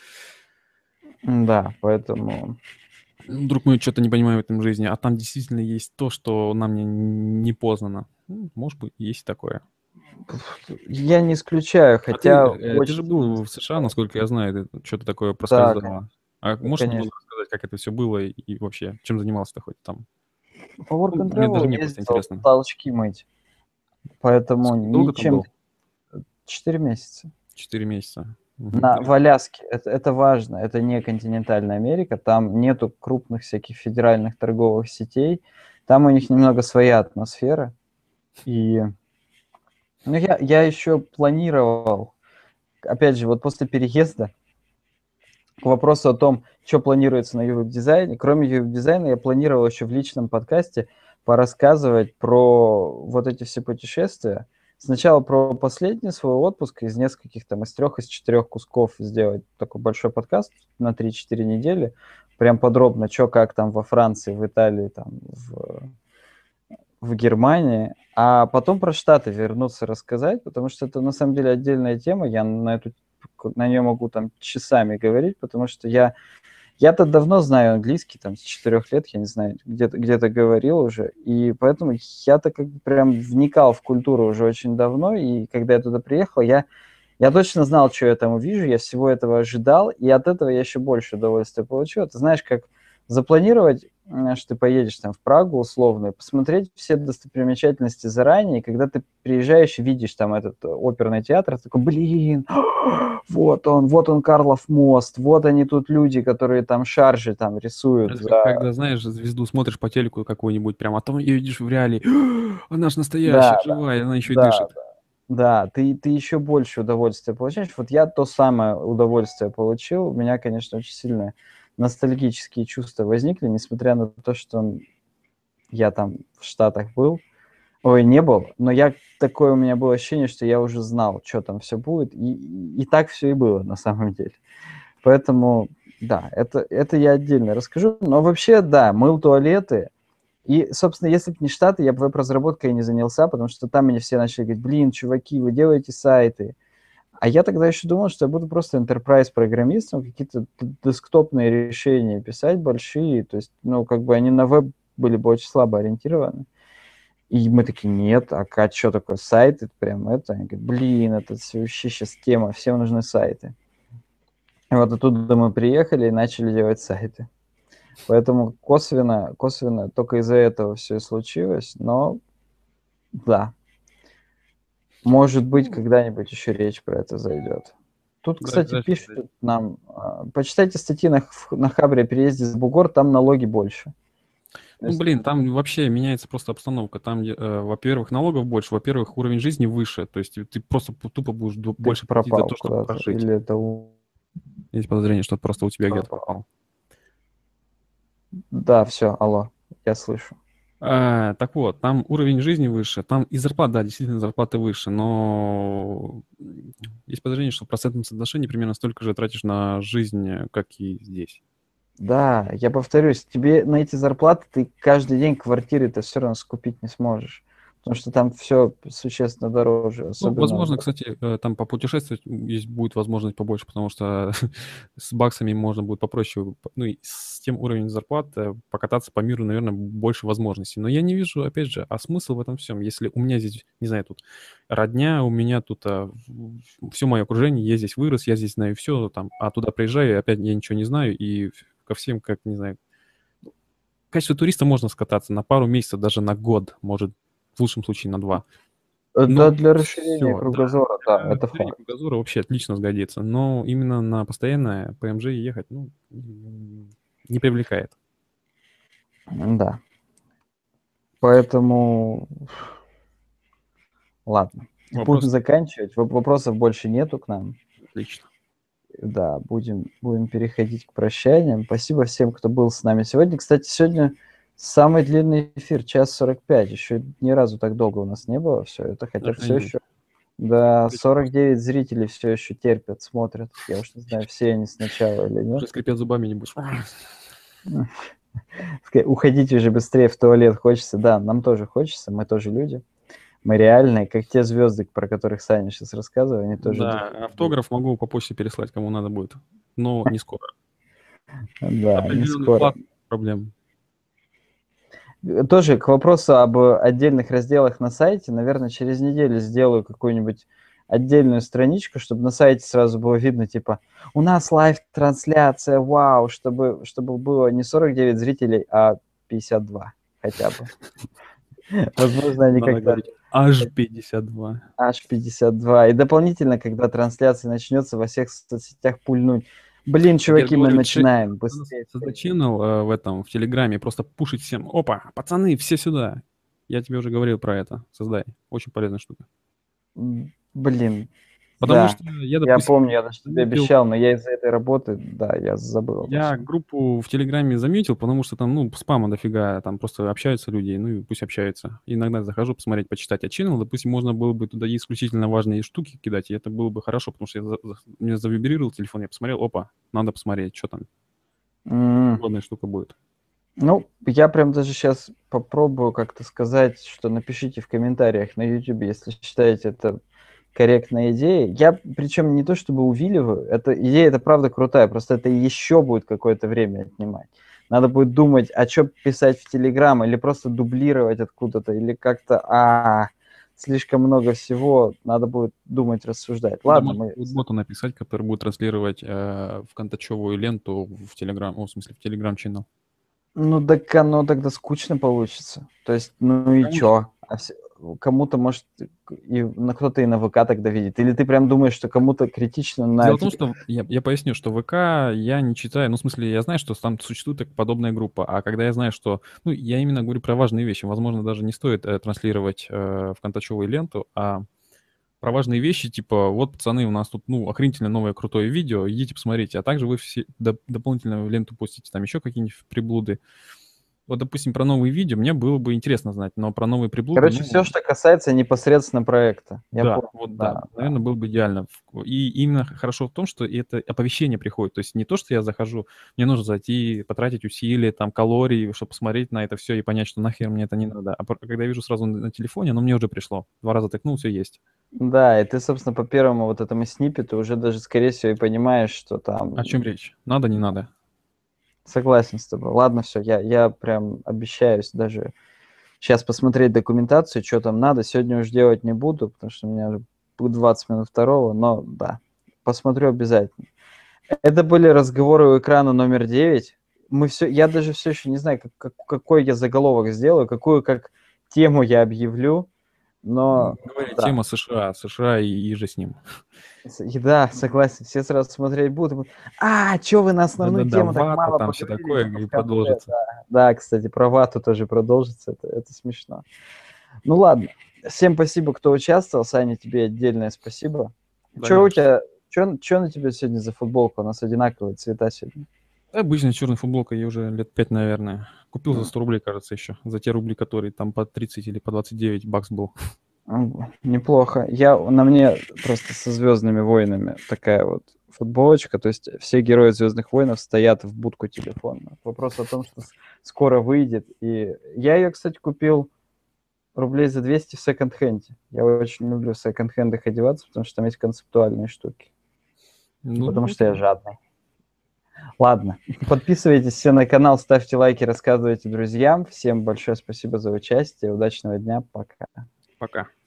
Да, поэтому... Вдруг мы что-то не понимаем в этом жизни, а там действительно есть то, что нам не, не познано. Ну, может быть, есть такое. Я не исключаю, А ты, хотя э, ты очень же сильно был в США, исключаю. насколько я знаю, ты что-то такое Да, кон- проскользало. А можешь немного конечно. рассказать, как это все было и, и вообще, чем занимался-то хоть там? По Work Ну, and мне, даже Travel мне просто ездил интересно. толчки мыть, поэтому Ск- Долго там ничем... был? Четыре месяца. Четыре месяца. Мгм. На, в Аляске. Это, это важно. Это не континентальная Америка. Там нету крупных всяких федеральных торговых сетей. Там у них немного своя атмосфера. И ну, я, я еще планировал, опять же, вот после переезда, к вопросу о том, что планируется на ю экс-дизайне. Кроме ю экс-дизайна, я планировал еще в личном подкасте порассказывать про вот эти все путешествия. Сначала про последний свой отпуск из нескольких, там, из трех, из четырех кусков сделать такой большой подкаст на три-четыре недели. Прям подробно, что как там во Франции, в Италии, там, в, в Германии. А потом про Штаты вернуться рассказать, потому что это на самом деле отдельная тема. Я на эту на нее могу там часами говорить, потому что я я-то давно знаю английский, там, с четырех лет, я не знаю, где-то где-то говорил уже, и поэтому я-то как бы прям вникал в культуру уже очень давно, и когда я туда приехал, я, я точно знал, что я там увижу, я всего этого ожидал, и от этого я еще больше удовольствия получил. Ты знаешь, как запланировать, э, что ты поедешь там в Прагу условно, и посмотреть все достопримечательности заранее, и когда ты приезжаешь и видишь там этот э, оперный театр, ты такой, блин, вот он, вот он, Карлов мост, вот они тут люди, которые там шаржи там рисуют Это как- за... когда, знаешь, звезду смотришь по телеку какую-нибудь прям, а потом ее видишь в реале. Она ж настоящая, Да, да, живая, она еще и да, дышит. да, ты, ты еще больше удовольствия получаешь. Вот я то самое удовольствие получил. У меня, конечно, очень сильные ностальгические чувства возникли, несмотря на то, что я там в Штатах был. Ой, не был, но я такое у меня было ощущение, что я уже знал, что там все будет, и, и, и так все и было на самом деле. Поэтому, да, это, это я отдельно расскажу. Но вообще, да, мыл туалеты. И, собственно, если бы не Штаты, я бы веб-разработкой не занялся, потому что там мне все начали говорить, блин, чуваки, вы делаете сайты. А я тогда еще думал, что я буду просто enterprise-программистом, какие-то десктопные решения писать большие. То есть, ну, как бы они на веб были бы очень слабо ориентированы. И мы такие, нет, а как, что такое сайт? Это прям это. Они говорят, блин, это все вообще сейчас тема, всем нужны сайты. И вот оттуда мы приехали и начали делать сайты. Поэтому косвенно, косвенно только из-за этого все и случилось. Но да, может быть, Ну, когда-нибудь еще речь про это зайдет. Тут, да, кстати, обязательно. пишут нам, а, почитайте статьи на, Х- на Хабре о переезде за бугор, там налоги больше. То Ну, есть, блин, там вообще меняется просто обстановка. Там, э, во-первых, налогов больше, во-первых, уровень жизни выше. То есть ты просто пу- тупо будешь ду- ты больше платить за пропал то, чтобы куда-то, прожить. или это у- Есть подозрение, что просто у тебя где-то пропал. пропал. Да, все, алло, я слышу. А, так вот, там уровень жизни выше, там и зарплата, да, действительно зарплаты выше, но м, есть подозрение, что в процентном соотношении примерно столько же тратишь на жизнь, э, как и здесь. Да, я повторюсь, тебе на эти зарплаты ты каждый день квартиры ты все равно скупить не сможешь, потому что там все существенно дороже, Ну, особенно возможно, в... кстати, э, там попутешествовать м, есть будет возможность побольше, потому что с баксами можно будет попроще, п- ну, и с тем уровнем зарплат э, покататься по миру, наверное, больше возможностей. Но я не вижу, опять же, а смысл в этом всем, если у меня здесь, не знаю, тут родня, у меня тут все мое окружение, я здесь вырос, я здесь знаю все, там, а туда приезжаю, и опять я ничего не знаю, и ко всем, как, не знаю, в качестве туриста можно скататься на пару месяцев, даже на год, может, в лучшем случае на два. Да, Ну, для расширения все, да. кругозора, да, Для это расширения факт. кругозора вообще отлично сгодится. Но именно на постоянное ПМЖ ехать, ну, м, не привлекает. Да, поэтому ладно, будем Вопрос заканчивать, Воп- вопросов больше нету к нам. отлично. Да, будем, будем переходить к прощаниям. Спасибо всем, кто был с нами сегодня. Кстати, сегодня самый длинный эфир, час сорок пять. Еще ни разу так долго у нас не было все это, хотя все Охренеть. еще... Да, Блин, сорок девять зрителей все еще терпят, смотрят. Я уж не знаю, все они сначала или нет. уже скрипят зубами не будешь. Уходите уже быстрее в туалет, хочется. Да, нам тоже хочется, мы тоже люди. Мы реальные, как те звезды, про которых Саня сейчас рассказывал, они тоже Да, дыхают. автограф могу по почте переслать, кому надо будет. Но не скоро. Да, не Определенный скоро. вклад проблем. Тоже к вопросу об отдельных разделах на сайте, наверное, через неделю сделаю какую-нибудь отдельную страничку, чтобы на сайте сразу было видно, типа, у нас лайв-трансляция, вау, чтобы, чтобы было не сорок девять зрителей, а пятьдесят два хотя бы. Возможно, они Надо как-то... говорить аж пятьдесят два. аж пятьдесят два. И дополнительно, когда трансляция начнется, во всех соцсетях пульнуть. Блин, Так я чуваки, мы говорю, че- начинаем. надо Быстрее. создать ченнел э, в этом, в Телеграме, просто пушить всем. Опа, пацаны, все сюда. Я тебе уже говорил про это. Создай. Очень полезная штука. М, Блин, Потому да. что я, Я допустим, помню, я даже тебе заметил, обещал, но я из-за этой работы, да, я забыл обо я всем. группу в Телеграме заметил, потому что там, ну, спама дофига, там просто общаются люди, ну и пусть общаются. Иногда захожу посмотреть, почитать. А ченнел, допустим, можно было бы туда исключительно важные штуки кидать, и это было бы хорошо, потому что я за- за- мне завибрировал телефон, я посмотрел, опа, надо посмотреть, что там. М, Годная штука будет. Ну, я прям даже сейчас попробую как-то сказать, что напишите в комментариях на YouTube, если считаете это корректная идея. Я, причем не то чтобы увиливаю, эта идея, это правда крутая, просто это еще будет какое-то время отнимать. Надо будет думать, а что писать в Telegram, или просто дублировать откуда-то, или как-то, а, слишком много всего, надо будет думать, рассуждать. Да, Ладно, можно мы... будет бота написать, который будет транслировать э, в контачевую ленту в Телеграм, о, в смысле, в Телеграм-ченнел. Ну, так оно тогда скучно получится. То есть, ну и Кому чё? А все- Кому-то, может, и на кто-то и на ВК тогда видит. Или ты прям думаешь, что кому-то критично на... Дело в том, те- что я, я поясню, что ВК я не читаю, ну, в смысле, я знаю, что там существует так подобная группа, а когда я знаю, что, ну, я именно говорю про важные вещи, возможно, даже не стоит э, транслировать э, в контачевую ленту, а про важные вещи, типа, вот, пацаны, у нас тут, ну, охренительно новое крутое видео, идите посмотрите, а также вы все доп- дополнительно в ленту постите там еще какие-нибудь приблуды. Вот, допустим, про новые видео мне было бы интересно знать, но про новые приблуды, Короче, все, ну, что касается непосредственно проекта. Я да, понял, вот да, да, да. наверное, было бы идеально. В- И именно хорошо в том, что это оповещение приходит. То есть не то, что я захожу, мне нужно зайти, потратить усилия, там, калорий, чтобы посмотреть на это все и понять, что нахер мне это не надо. А про- когда я вижу сразу на на телефоне, оно мне уже пришло. Два раза тыкнул, все есть. Да, и ты, собственно, по первому вот этому сниппету уже даже, скорее всего, и понимаешь, что О там... чем речь? Надо, не надо. Согласен с тобой. Ладно, все, я, я прям обещаюсь даже сейчас посмотреть документацию, что там надо. Сегодня уж делать не буду, потому что у меня уже будет двадцать минут второго, но да, посмотрю обязательно. Это были разговоры у экрана номер девять. Мы все, я даже все еще не знаю, как, как- какой я заголовок сделаю, какую как тему я объявлю, М, но Говори, да, тема США, США и, и же с ним. с- и да, согласен, все сразу смотреть будут. и будут, А, что вы на основную Да-да-да, тему так вата, мало там все поговорили, такое типа и в конце, продолжится. да. Да, кстати, про вату тоже продолжится, это, это смешно. Ну ладно, всем спасибо, кто участвовал, Саня, тебе отдельное спасибо. Да Что не у за что. тебя, что на тебе сегодня за футболка? У нас одинаковые цвета сегодня. Обычная черная футболка, ей уже лет пять, наверное. Купил за сто рублей, кажется, еще. За те рубли, которые там по тридцать или по двадцать девять бакс был. М, Неплохо. Я, на мне просто со Звездными войнами такая вот футболочка. То есть все герои Звездных войнов стоят в будку телефона. Вопрос о том, что с- скоро выйдет. И я ее, кстати, купил рублей за двести в секонд-хенде. Я очень люблю в секонд-хендах одеваться, потому что там есть концептуальные штуки. И Ну, потому что я окей. жадный. Ладно, подписывайтесь все на канал, ставьте лайки, рассказывайте друзьям. Всем большое спасибо за участие. Удачного дня. Пока. Пока.